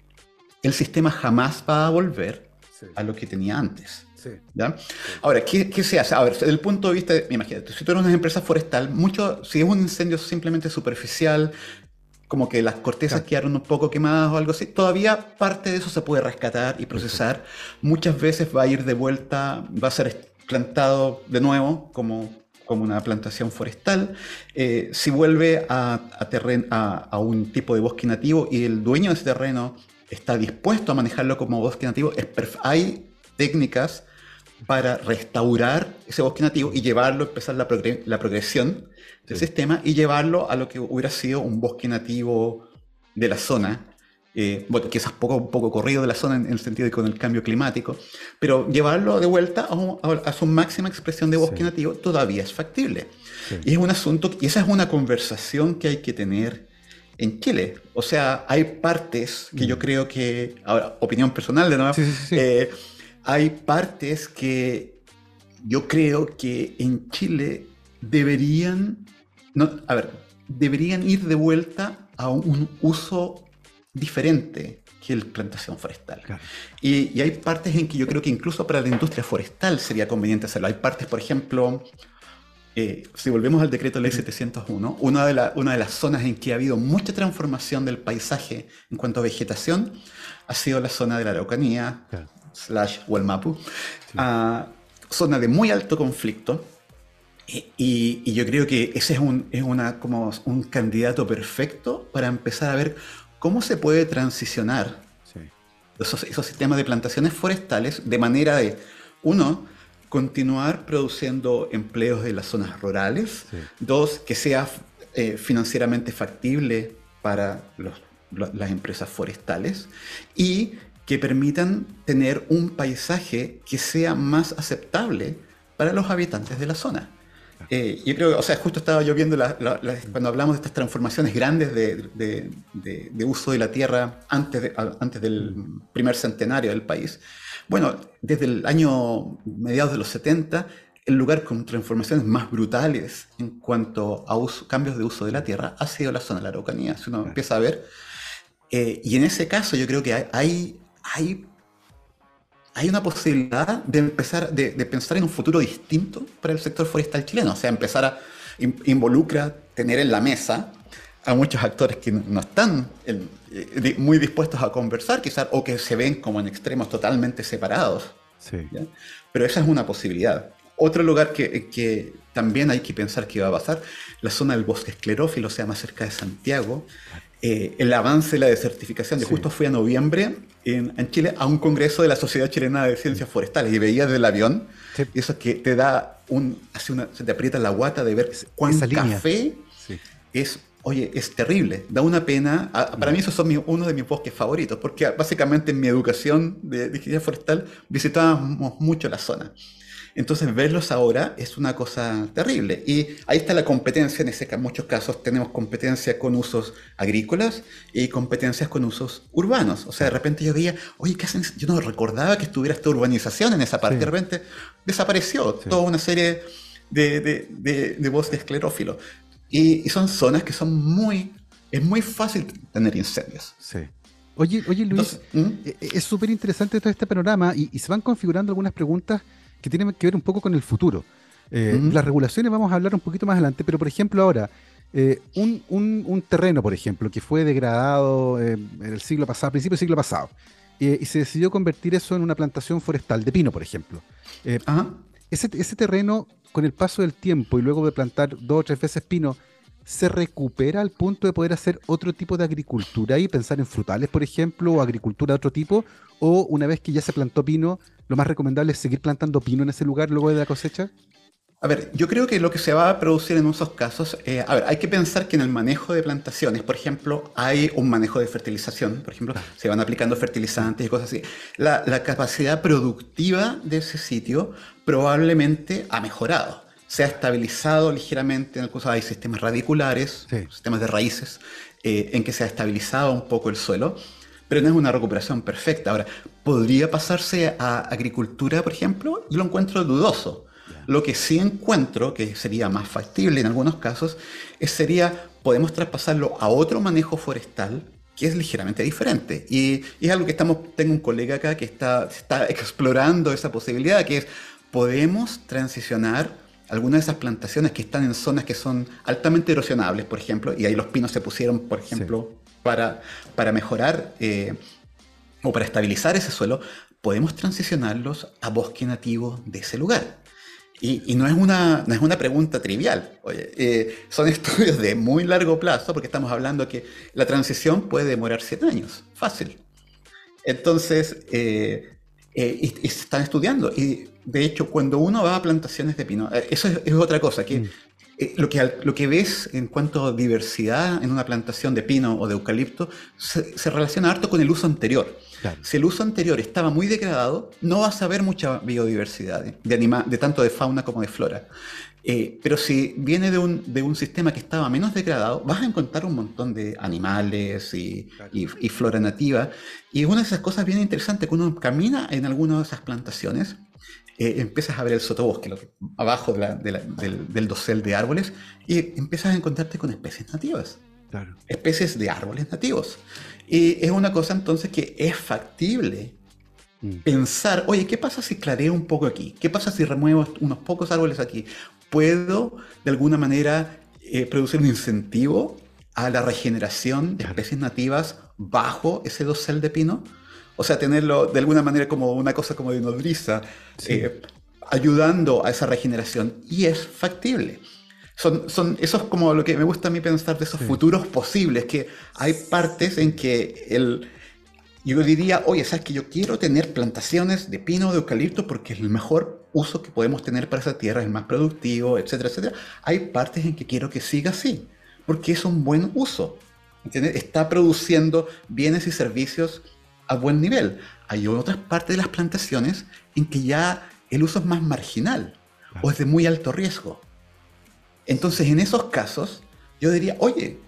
el sistema jamás va a volver Sí. a lo que tenía antes. Sí. ¿Ya? Ahora, ¿qué, qué se hace? A ver, desde el punto de vista, de, imagínate, si tú eres una empresa forestal, mucho, si es un incendio simplemente superficial, como que las cortezas Claro. quedaron un poco quemadas o algo así, todavía parte de eso se puede rescatar y procesar. Muchas veces va a ir de vuelta, va a ser plantado de nuevo como, como una plantación forestal. Eh, si vuelve a, a, terren- a, a un tipo de bosque nativo y el dueño de ese terreno está dispuesto a manejarlo como bosque nativo, es perf- hay técnicas para restaurar ese bosque nativo y llevarlo, empezar la, progre- la progresión del Sí. sistema y llevarlo a lo que hubiera sido un bosque nativo de la zona. Eh, bueno, quizás poco, un poco corrido de la zona en, en el sentido de con el cambio climático, pero llevarlo de vuelta a, un- a- a su máxima expresión de bosque Sí. nativo todavía es factible. Sí. Y es un asunto, y esa es una conversación que hay que tener en Chile. O sea, hay partes que yo Mm. creo que, ahora, opinión personal de nuevo, Sí, sí, sí, sí. eh, hay partes que yo creo que en Chile deberían, no, a ver, deberían ir de vuelta a un uso diferente que la plantación forestal. Claro. Y, y hay partes en que yo creo que incluso para la industria forestal sería conveniente hacerlo. Hay partes, por ejemplo, eh, si volvemos al decreto ley setecientos uno, una de, la- una de las zonas en que ha habido mucha transformación del paisaje en cuanto a vegetación ha sido la zona de la Araucanía, Claro. slash Hualmapu, ah, zona de muy alto conflicto. Y, y- y yo creo que ese es, un, es una, como un candidato perfecto para empezar a ver cómo se puede transicionar Sí. esos, esos sistemas de plantaciones forestales de manera de, uno, continuar produciendo empleos en las zonas rurales, Sí. dos, que sea eh, financieramente factible para los- lo- las empresas forestales y que permitan tener un paisaje que sea más aceptable para los habitantes de la zona. Eh, yo creo, o sea, justo estaba yo viendo la- la- la- cuando hablamos de estas transformaciones grandes de, de- de- de uso de la tierra antes, de- a- antes del primer centenario del país. Bueno, desde el año mediados de los setenta, el lugar con transformaciones más brutales en cuanto a uso- cambios de uso de la tierra ha sido la zona de la Araucanía. Si uno Claro. empieza a ver, eh, y en ese caso yo creo que hay, hay, hay hay una posibilidad de empezar, de, de pensar en un futuro distinto para el sector forestal chileno. O sea, empezar a in- involucra tener en la mesa a muchos actores que no, no están en- eh, di- muy dispuestos a conversar, quizás, o que se ven como en extremos totalmente separados. Sí. ¿Ya? Pero esa es una posibilidad. Otro lugar que, que también hay que pensar que va a pasar, la zona del bosque esclerófilo, o sea, más cerca de Santiago, eh, el avance de la desertificación. Yo Sí. justo fui a noviembre en, en Chile a un congreso de la Sociedad Chilena de Ciencias Forestales y veía desde el avión, Sí. y eso es que te da un, hace una, se te aprieta la guata de ver cuán Esa línea. café Sí. es, oye, es terrible, da una pena. A- para mí esos son mi- uno de mis bosques favoritos, porque básicamente en mi educación de, de ingeniería forestal visitábamos mucho la zona. Entonces verlos ahora es una cosa terrible. Y ahí está la competencia, en ese, ca- muchos casos tenemos competencia con usos agrícolas y competencias con usos urbanos. O sea, de repente yo veía, oye, ¿qué hacen? Yo no recordaba que estuviera esta urbanización en esa parte. Sí. De repente desapareció Sí. toda una serie de, de, de, de bosques esclerófilos. Y, y son zonas que son muy... Es muy fácil tener incendios. Sí. Oye, oye Luis, Entonces, ¿mm? e- e- es súper interesante todo este panorama y, y se van configurando algunas preguntas que tienen que ver un poco con el futuro. Eh, ¿Mm? Las regulaciones vamos a hablar un poquito más adelante, pero por ejemplo ahora, eh, un, un- un terreno, por ejemplo, que fue degradado eh, en el siglo pasado, a principios del siglo pasado, eh, y se decidió convertir eso en una plantación forestal de pino, por ejemplo. Eh, Ajá. ese, ese terreno, con el paso del tiempo y luego de plantar dos o tres veces pino, se recupera al punto de poder hacer otro tipo de agricultura y pensar en frutales, por ejemplo, o agricultura de otro tipo, o una vez que ya se plantó pino, lo más recomendable es seguir plantando pino en ese lugar luego de la cosecha. A ver, yo creo que lo que se va a producir en esos casos, eh, a ver, hay que pensar que en el manejo de plantaciones, por ejemplo, hay un manejo de fertilización, por ejemplo, se van aplicando fertilizantes y cosas así. La, la capacidad productiva de ese sitio probablemente ha mejorado. Se ha estabilizado ligeramente, en el caso hay sistemas radiculares, Sí. sistemas de raíces, eh, en que se ha estabilizado un poco el suelo, pero no es una recuperación perfecta. Ahora, ¿podría pasarse a agricultura, por ejemplo? Yo lo encuentro dudoso. Lo que sí encuentro, que sería más factible en algunos casos, es sería, podemos traspasarlo a otro manejo forestal que es ligeramente diferente. Y, y es algo que estamos, tengo un colega acá que está, está explorando esa posibilidad, que es, podemos transicionar algunas de esas plantaciones que están en zonas que son altamente erosionables, por ejemplo, y ahí los pinos se pusieron, por ejemplo, para, para mejorar eh, o para estabilizar ese suelo, podemos transicionarlos a bosque nativo de ese lugar. Y, y no, es una, no es una pregunta trivial. Oye, eh, son estudios de muy largo plazo porque estamos hablando que la transición puede demorar siete años. Fácil. Entonces, eh, eh, y, y se están estudiando. Y de hecho, cuando uno va a plantaciones de pino, eh, eso es, es otra cosa. Que, Mm. eh, lo, que, al- lo que ves en cuanto a diversidad en una plantación de pino o de eucalipto se, se relaciona harto con el uso anterior. Claro. Si el uso anterior estaba muy degradado, no vas a ver mucha biodiversidad de, de, anima, de tanto de fauna como de flora. Eh, pero si viene de un, de un sistema que estaba menos degradado, vas a encontrar un montón de animales y, Claro. y, y flora nativa. Y una de esas cosas bien interesantes, que uno camina en alguna de esas plantaciones, eh, empiezas a ver el sotobosque lo que- abajo de la- de la- del, del dosel de árboles y empiezas a encontrarte con especies nativas. Claro. Especies de árboles nativos. Y es una cosa entonces que es factible Mm. pensar, oye, ¿qué pasa si clareo un poco aquí? ¿Qué pasa si remuevo unos pocos árboles aquí? ¿Puedo de alguna manera eh, producir un incentivo a la regeneración de Claro. especies nativas bajo ese dosel de pino? O sea, tenerlo de alguna manera como una cosa como de nodriza, Sí. eh, ayudando a esa regeneración. Y es factible. Son, son, eso es como lo que me gusta a mí pensar de esos Sí. futuros posibles, que hay partes en que el, yo diría, oye, ¿sabes que yo quiero tener plantaciones de pino o de eucalipto porque es el mejor uso que podemos tener para esa tierra, es el más productivo, etcétera, etcétera? Hay partes en que quiero que siga así, porque es un buen uso, ¿entiendes? Está produciendo bienes y servicios a buen nivel. Hay otras partes de las plantaciones en que ya el uso es más marginal o es de muy alto riesgo. Entonces, en esos casos, yo diría, oye,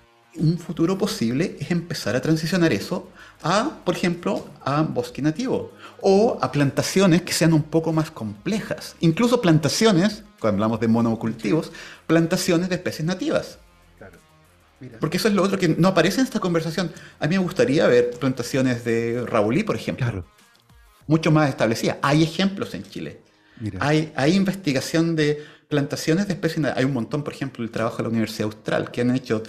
un futuro posible es empezar a transicionar eso a, por ejemplo, a bosque nativo o a plantaciones que sean un poco más complejas. Incluso plantaciones, cuando hablamos de monocultivos, plantaciones de especies nativas. Claro. Mira. Porque eso es lo otro que no aparece en esta conversación. A mí me gustaría ver plantaciones de Raulí, por ejemplo, Claro. mucho más establecidas. Hay ejemplos en Chile. Mira. Hay, hay investigación de plantaciones de especies. Hay un montón, por ejemplo, el trabajo de la Universidad Austral, que han hecho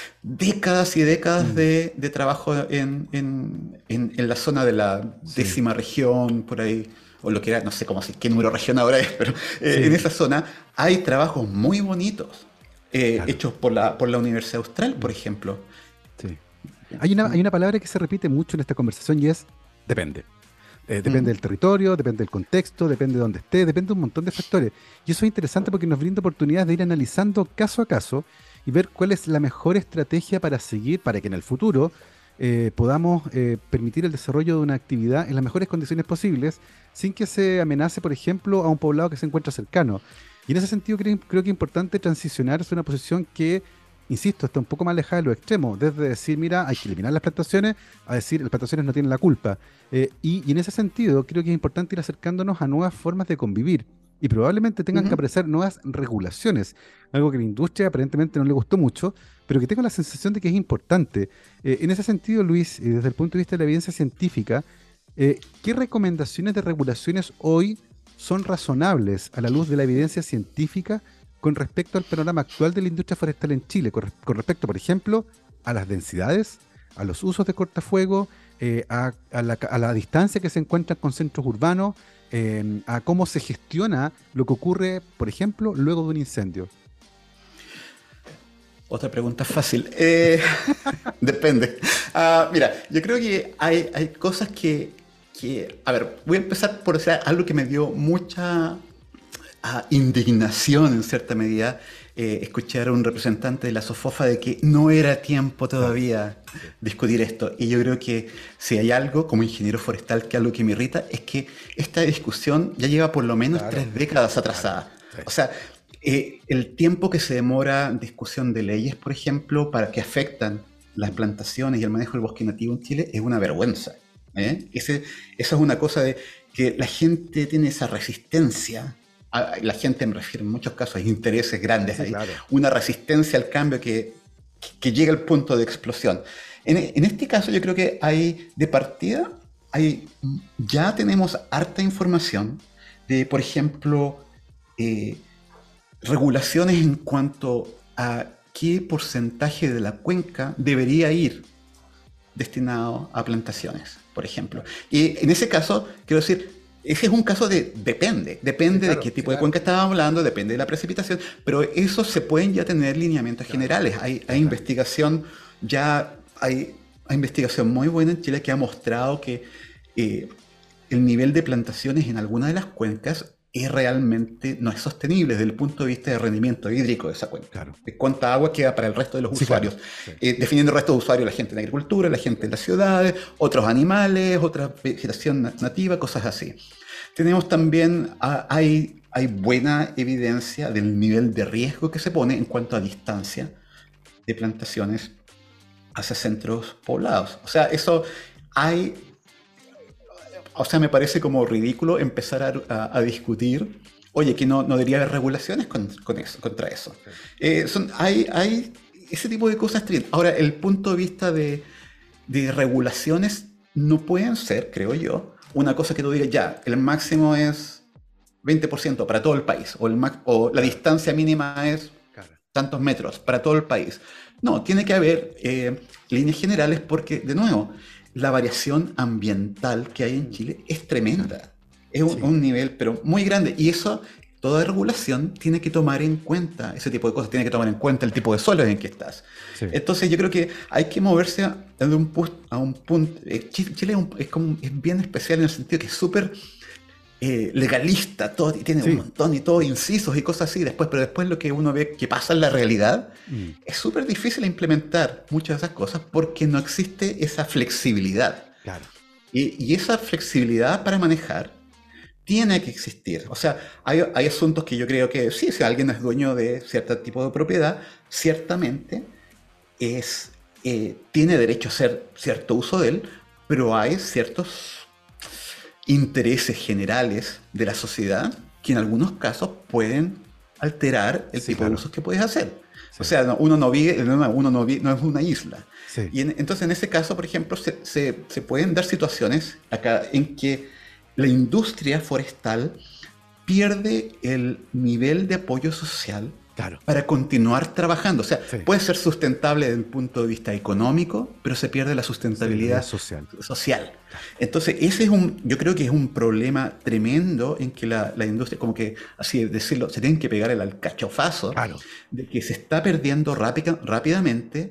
décadas y décadas Mm. de, de trabajo en, en, en, en la zona de la Sí. décima región, por ahí, o lo que era, no sé cómo, si- qué número región ahora es, pero eh, Sí. en esa zona hay trabajos muy bonitos eh, Claro. hechos por la, por la Universidad Austral, por ejemplo. Sí. Hay una, hay una palabra que se repite mucho en esta conversación y es depende. Eh, depende Mm. del territorio, depende del contexto, depende de dónde esté, depende de un montón de factores. Y eso es interesante porque nos brinda oportunidades de ir analizando caso a caso y ver cuál es la mejor estrategia para seguir, para que en el futuro eh, podamos eh, permitir el desarrollo de una actividad en las mejores condiciones posibles, sin que se amenace, por ejemplo, a un poblado que se encuentra cercano. Y en ese sentido creo, creo que es importante transicionar hacia una posición que, insisto, está un poco más alejada de los extremos, desde decir, mira, hay que eliminar las plantaciones, a decir, las plantaciones no tienen la culpa. Eh, y, y en ese sentido, creo que es importante ir acercándonos a nuevas formas de convivir. Y probablemente tengan que Ujú. aparecer nuevas regulaciones, algo que a la industria aparentemente no le gustó mucho, pero que tengo la sensación de que es importante. Eh, en ese sentido, Luis, y desde el punto de vista de la evidencia científica, eh, ¿qué recomendaciones de regulaciones hoy son razonables a la luz de la evidencia científica con respecto al panorama actual de la industria forestal en Chile? Con, res- con respecto, por ejemplo, a las densidades, a los usos de cortafuego, eh, a, a la, ca- a la distancia que se encuentran con centros urbanos, eh, a cómo se gestiona lo que ocurre, por ejemplo, luego de un incendio. Otra pregunta fácil. Eh, depende. Ah, mira, yo creo que hay, hay cosas que, que... A ver, voy a empezar por decir algo que me dio mucha ah, indignación en cierta medida. Eh, escuchar a un representante de la SOFOFA de que no era tiempo Claro. todavía Sí. discutir esto. Y yo creo que si hay algo como ingeniero forestal que algo que me irrita es que esta discusión ya lleva por lo menos Claro, tres décadas claro. atrasada. Sí. O sea, eh, el tiempo que se demora en discusión de leyes, por ejemplo, para que afectan las plantaciones y el manejo del bosque nativo en Chile es una vergüenza. ¿eh? Ese, eso es una cosa de que la gente tiene esa resistencia. A- la gente, me refiero en muchos casos, hay intereses grandes Sí, ahí, claro. una resistencia al cambio que, que, que llega al punto de explosión. En, en este caso yo creo que hay de partida, hay, ya tenemos harta información de, por ejemplo, eh, regulaciones en cuanto a qué porcentaje de la cuenca debería ir destinado a plantaciones, por ejemplo. Y en ese caso, quiero decir, ese es un caso de depende, Sí, depende de claro, qué sí, tipo de claro. cuenca estábamos hablando, depende de la precipitación, pero eso se pueden ya tener lineamientos Claro, generales. Hay, hay claro. investigación, ya hay, hay investigación muy buena en Chile que ha mostrado que eh, el nivel de plantaciones en algunas de las cuencas es realmente no es sostenible desde el punto de vista de rendimiento hídrico de esa cuenca. Claro. De cuánta agua queda para el resto de los Sí, claro. usuarios. Sí. Eh, definiendo el resto de usuarios, la gente en la agricultura, la gente en las ciudades, otros animales, otra vegetación na- nativa, cosas así. Tenemos también, ah, hay, hay buena evidencia del nivel de riesgo que se pone en cuanto a distancia de plantaciones hacia centros poblados. O sea, eso hay, o sea, me parece como ridículo empezar a, a- a discutir, oye, que no, no debería haber regulaciones con, con eso, contra eso. Sí. Eh, son, hay, hay ese tipo de cosas tristes. Ahora, el punto de vista de, de regulaciones no pueden ser, creo yo, una cosa que tú digas, ya, el máximo es veinte por ciento para todo el país, o, el max- o la Claro, distancia mínima es claro. tantos metros para todo el país. No, tiene que haber eh, líneas generales porque, de nuevo, la variación ambiental que hay en Chile es tremenda. Es un, Sí. un nivel, pero muy grande. Y eso, toda regulación tiene que tomar en cuenta ese tipo de cosas, tiene que tomar en cuenta el tipo de suelo en el que estás. Sí. Entonces yo creo que hay que moverse a, a un, pu- a un punto... eh, Chile, Chile es, un- es como, es bien especial en el sentido que es súper eh, legalista, todo, y tiene Sí. un montón y todo, incisos y cosas así, después, pero después lo que uno ve que pasa en la realidad, Mm. es súper difícil implementar muchas de esas cosas porque no existe esa flexibilidad. Claro. Y, y esa flexibilidad para manejar tiene que existir. O sea, hay, hay asuntos que yo creo que sí, si alguien es dueño de cierto tipo de propiedad, ciertamente es, eh, tiene derecho a hacer cierto uso de él, pero hay ciertos intereses generales de la sociedad que en algunos casos pueden alterar el Sí, tipo de claro. usos que puedes hacer. Sí. O sea, no- uno no vive, no, uno no, vi- no es una isla. Sí. Y en- entonces en ese caso, por ejemplo, se, se- se pueden dar situaciones acá en que la industria forestal pierde el nivel de apoyo social Claro. para continuar trabajando. O sea, Sí. puede ser sustentable desde el punto de vista económico, pero se pierde la sustentabilidad social. social. Entonces, ese es un, yo creo que es un problema tremendo en que la, la industria, como que, así decirlo, se tienen que pegar el alcachofazo Claro. de que se está perdiendo rápida- rápidamente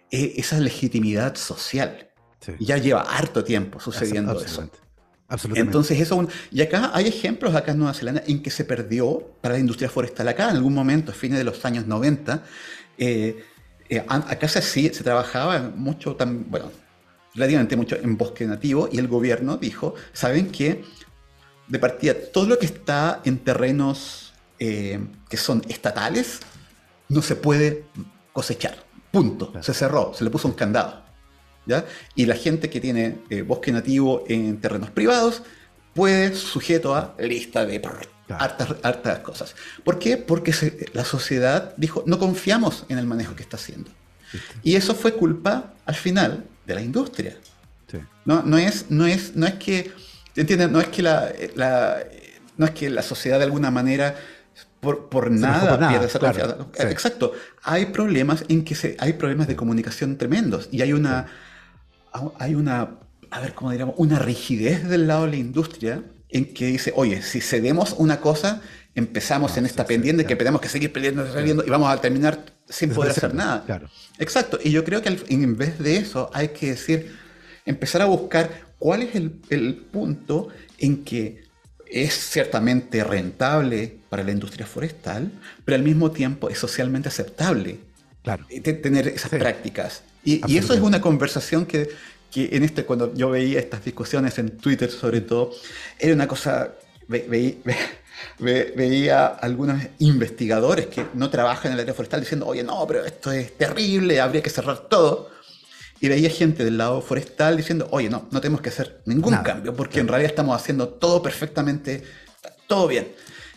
eh, esa legitimidad social. Sí. Y ya lleva harto tiempo sucediendo Absolutamente. eso. Absolutamente. Entonces, eso un, y acá hay ejemplos acá en Nueva Zelanda en que se perdió para la industria forestal. Acá en algún momento, a fines de los años noventa, eh, eh, acá se, se trabajaba mucho, tan, bueno, relativamente mucho en bosque nativo, y el gobierno dijo, ¿saben qué? De partida, todo lo que está en terrenos eh, que son estatales no se puede cosechar. Punto. Claro. Se cerró, se le puso un candado. ¿Ya? Y la gente que tiene eh, bosque nativo en terrenos privados puede, sujeto a lista de claro. hartas, hartas cosas. ¿Por qué? Porque se, la sociedad dijo, no confiamos en el manejo que está haciendo. ¿Viste? Y eso fue culpa, al final, de la industria. Sí. No, no, es, no, es, no es que, ¿entiendes? No es que la, la, no es que la sociedad de alguna manera por, por nada, por nada pierde esa claro. confianza. Sí. Exacto. Hay problemas en que se, hay problemas de comunicación tremendos y hay una... Sí. Hay una, a ver, ¿cómo diríamos? Una rigidez del lado de la industria en que dice, oye, si cedemos una cosa, empezamos no, en esta sí, pendiente sí, claro. que tenemos que seguir peleando, claro. y vamos a terminar sin poder hacer nada. Claro. Exacto. Y yo creo que en vez de eso hay que decir, empezar a buscar cuál es el, el punto en que es ciertamente rentable para la industria forestal, pero al mismo tiempo es socialmente aceptable claro. tener esas sí. prácticas. Y, y eso es una conversación que, que en este, cuando yo veía estas discusiones en Twitter sobre todo, era una cosa, ve, ve, ve, veía algunos investigadores que no trabajan en el área forestal diciendo, oye, no, pero esto es terrible, habría que cerrar todo. Y veía gente del lado forestal diciendo, oye, no, no tenemos que hacer ningún Nada. cambio, porque claro. en realidad estamos haciendo todo perfectamente, todo bien.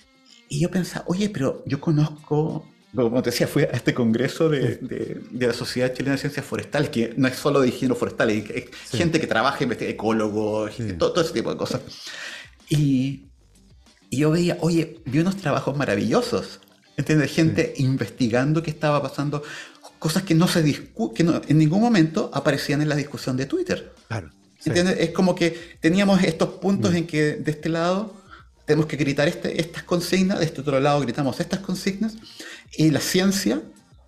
Y yo pensaba, oye, pero yo conozco... Como te decía, fui a este congreso de, de, de la Sociedad Chilena de Ciencias Forestales, que no es solo de ingenieros forestales, es sí. gente que trabaja, investiga, ecólogos, sí. todo, todo ese tipo de cosas. Y, y yo veía, oye, vi unos trabajos maravillosos, ¿entiendes? Gente sí. investigando qué estaba pasando, cosas que no se discu que no, en ningún momento aparecían en la discusión de Twitter. Claro. Sí. ¿Entiendes? Es como que teníamos estos puntos mm. en que de este lado tenemos que gritar este, estas consignas, de este otro lado gritamos estas consignas, y la ciencia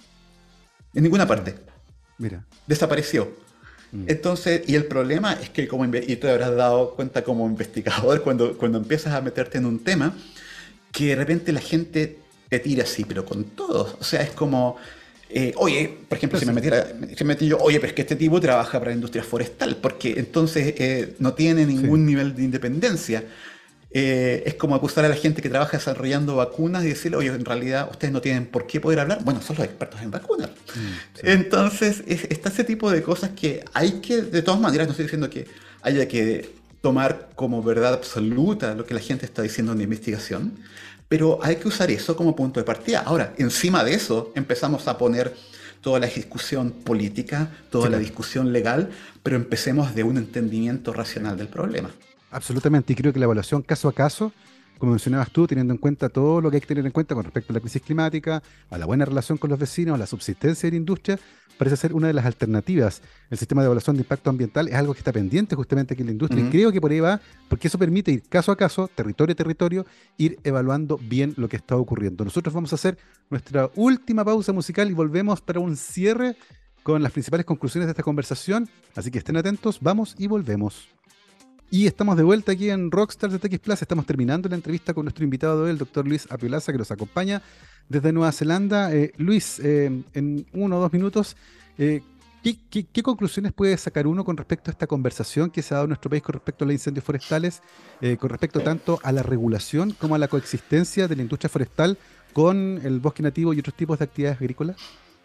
en ninguna parte. Mira. Desapareció. Mm. Entonces, y el problema es que, como y tú te habrás dado cuenta como investigador, cuando, cuando empiezas a meterte en un tema, que de repente la gente te tira así, pero con todos. O sea, es como, eh, oye, por ejemplo, si me metiera, si me metí yo, oye, pero es que este tipo trabaja para la industria forestal, porque entonces eh, no tiene ningún sí. nivel de independencia. Eh, es como acusar a la gente que trabaja desarrollando vacunas y decirle, oye, en realidad ustedes no tienen por qué poder hablar. Bueno, son los expertos en vacunas. Mm, sí. Entonces, es, está ese tipo de cosas que hay que, de todas maneras, no estoy diciendo que haya que tomar como verdad absoluta lo que la gente está diciendo en la investigación, pero hay que usar eso como punto de partida. Ahora, encima de eso, empezamos a poner toda la discusión política, toda sí, la discusión legal, pero empecemos de un entendimiento racional del problema. Absolutamente, y creo que la evaluación caso a caso, como mencionabas tú, teniendo en cuenta todo lo que hay que tener en cuenta con respecto a la crisis climática, a la buena relación con los vecinos, a la subsistencia de la industria, parece ser una de las alternativas. El sistema de evaluación de impacto ambiental es algo que está pendiente justamente aquí en la industria, uh-huh. y creo que por ahí va, porque eso permite ir caso a caso, territorio a territorio, ir evaluando bien lo que está ocurriendo. Nosotros vamos a hacer nuestra última pausa musical y volvemos para un cierre con las principales conclusiones de esta conversación, así que estén atentos, vamos y volvemos. Y estamos de vuelta aquí en Rockstars de T X Plus. Estamos terminando la entrevista con nuestro invitado de hoy, el doctor Luis Apiolaza, que nos acompaña desde Nueva Zelanda. Eh, Luis, eh, en uno o dos minutos, eh, ¿qué, qué, ¿qué conclusiones puede sacar uno con respecto a esta conversación que se ha dado en nuestro país con respecto a los incendios forestales, eh, con respecto tanto a la regulación como a la coexistencia de la industria forestal con el bosque nativo y otros tipos de actividades agrícolas?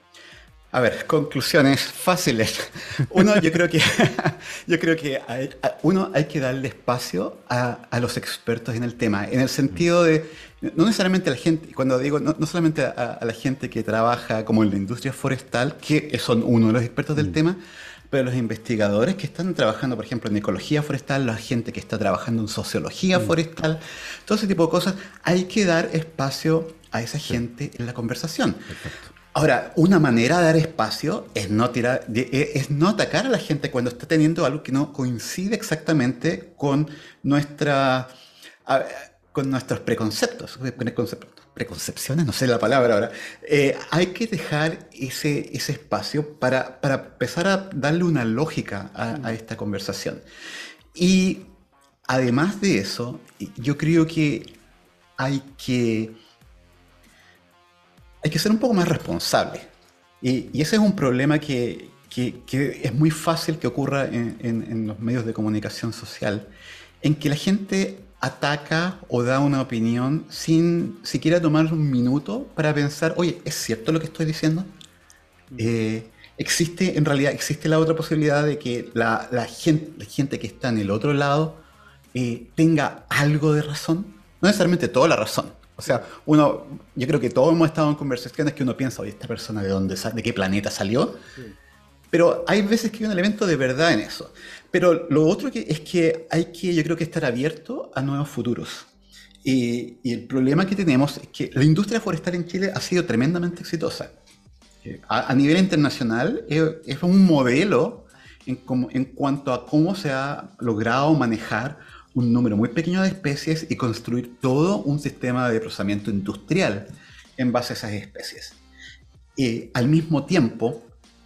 A ver, conclusiones fáciles. Uno, yo creo que, yo creo que hay, uno hay que darle espacio a, a los expertos en el tema, en el sentido de, no necesariamente a la gente, cuando digo, no, no solamente a, a la gente que trabaja como en la industria forestal, que son uno de los expertos del mm. tema, pero los investigadores que están trabajando, por ejemplo, en ecología forestal, la gente que está trabajando en sociología mm. forestal, todo ese tipo de cosas, hay que dar espacio a esa sí. gente en la conversación. Perfecto. Ahora, una manera de dar espacio es no, tirar, es no atacar a la gente cuando está teniendo algo que no coincide exactamente con nuestra, con nuestros preconceptos, preconcepciones, no sé la palabra ahora. Eh, hay que dejar ese, ese espacio para, para empezar a darle una lógica a, a esta conversación. Y además de eso, yo creo que hay que, hay que ser un poco más responsable. Y, y ese es un problema que, que, que es muy fácil que ocurra en, en, en los medios de comunicación social, en que la gente ataca o da una opinión sin siquiera tomar un minuto para pensar, oye, ¿es cierto lo que estoy diciendo? Eh, existe, en realidad, existe la otra posibilidad de que la, la, gente, la gente que está en el otro lado eh, tenga algo de razón, no necesariamente toda la razón. O sea, uno, yo creo que todos hemos estado en conversaciones que uno piensa, oye, ¿esta persona de dónde, de qué planeta salió? Sí. Pero hay veces que hay un elemento de verdad en eso. Pero lo otro que es que hay que, yo creo que estar abierto a nuevos futuros. Y, y el problema que tenemos es que la industria forestal en Chile ha sido tremendamente exitosa. A, a nivel internacional es, es un modelo en, como, en cuanto a cómo se ha logrado manejar un número muy pequeño de especies y construir todo un sistema de procesamiento industrial en base a esas especies. Y al mismo tiempo,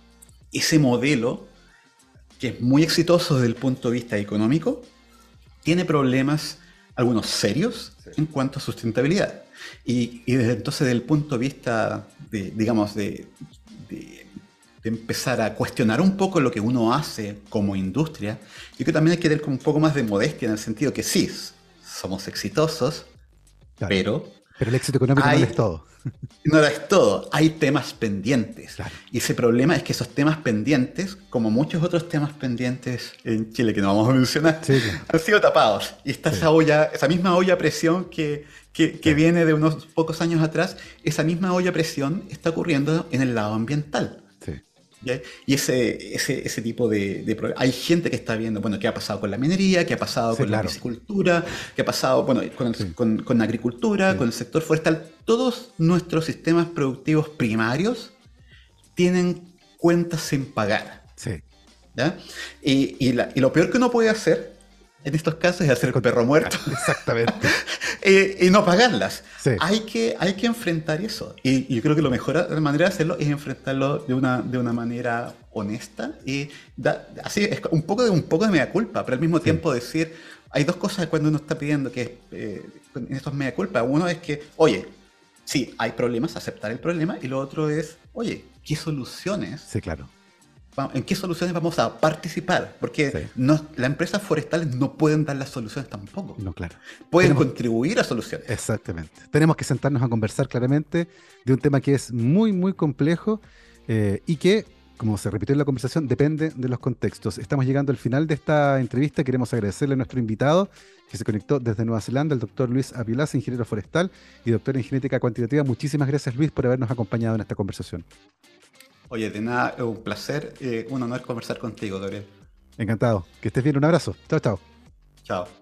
ese modelo, que es muy exitoso desde el punto de vista económico, tiene problemas, algunos serios, sí, en cuanto a sustentabilidad. Y, y desde entonces, desde el punto de vista, de, digamos, de, de, de empezar a cuestionar un poco lo que uno hace como industria, yo creo que también hay que tener un poco más de modestia en el sentido que sí, somos exitosos, claro, pero... Pero el éxito económico hay, no es todo. No lo es todo. Hay temas pendientes. Claro. Y ese problema es que esos temas pendientes, como muchos otros temas pendientes en Chile que no vamos a mencionar, sí, claro, han sido tapados. Y está sí, esa olla, esa misma olla a presión que, que, que claro, viene de unos pocos años atrás, esa misma olla a presión está ocurriendo en el lado ambiental. Sí. ¿Ya? Y ese, ese, ese tipo de, de problemas. Hay gente que está viendo, bueno, qué ha pasado con la minería, qué ha pasado sí, con claro, la piscicultura, qué ha pasado, bueno, con, el, sí, con, con la agricultura, sí, con el sector forestal. Todos nuestros sistemas productivos primarios tienen cuentas sin pagar. Sí. ¿Ya? Y, y, la, y lo peor que uno puede hacer en estos casos es hacer con perro muerto. Exactamente. y, y no pagarlas. Sí. Hay que, hay que enfrentar eso. Y, y yo creo que la mejor manera de hacerlo es enfrentarlo de una, de una manera honesta. Y da, así es un poco de un poco de mea culpa, pero al mismo sí, tiempo decir, hay dos cosas cuando uno está pidiendo que eh, en estos mea culpa. Uno es que, oye, sí, hay problemas, aceptar el problema. Y lo otro es, oye, ¿qué soluciones? Sí, claro. ¿En qué soluciones vamos a participar? Porque sí, no, las empresas forestales no pueden dar las soluciones tampoco. No, claro. Pueden Tenemos, contribuir a soluciones. Exactamente. Tenemos que sentarnos a conversar claramente de un tema que es muy, muy complejo eh, y que, como se repitió en la conversación, depende de los contextos. Estamos llegando al final de esta entrevista. Queremos agradecerle a nuestro invitado que se conectó desde Nueva Zelanda, el doctor Luis Avilás, ingeniero forestal y doctor en genética cuantitativa. Muchísimas gracias, Luis, por habernos acompañado en esta conversación. Oye, de nada, es un placer, eh, un honor conversar contigo, Gabriel. Encantado. Que estés bien, un abrazo. Chao, chao. Chao.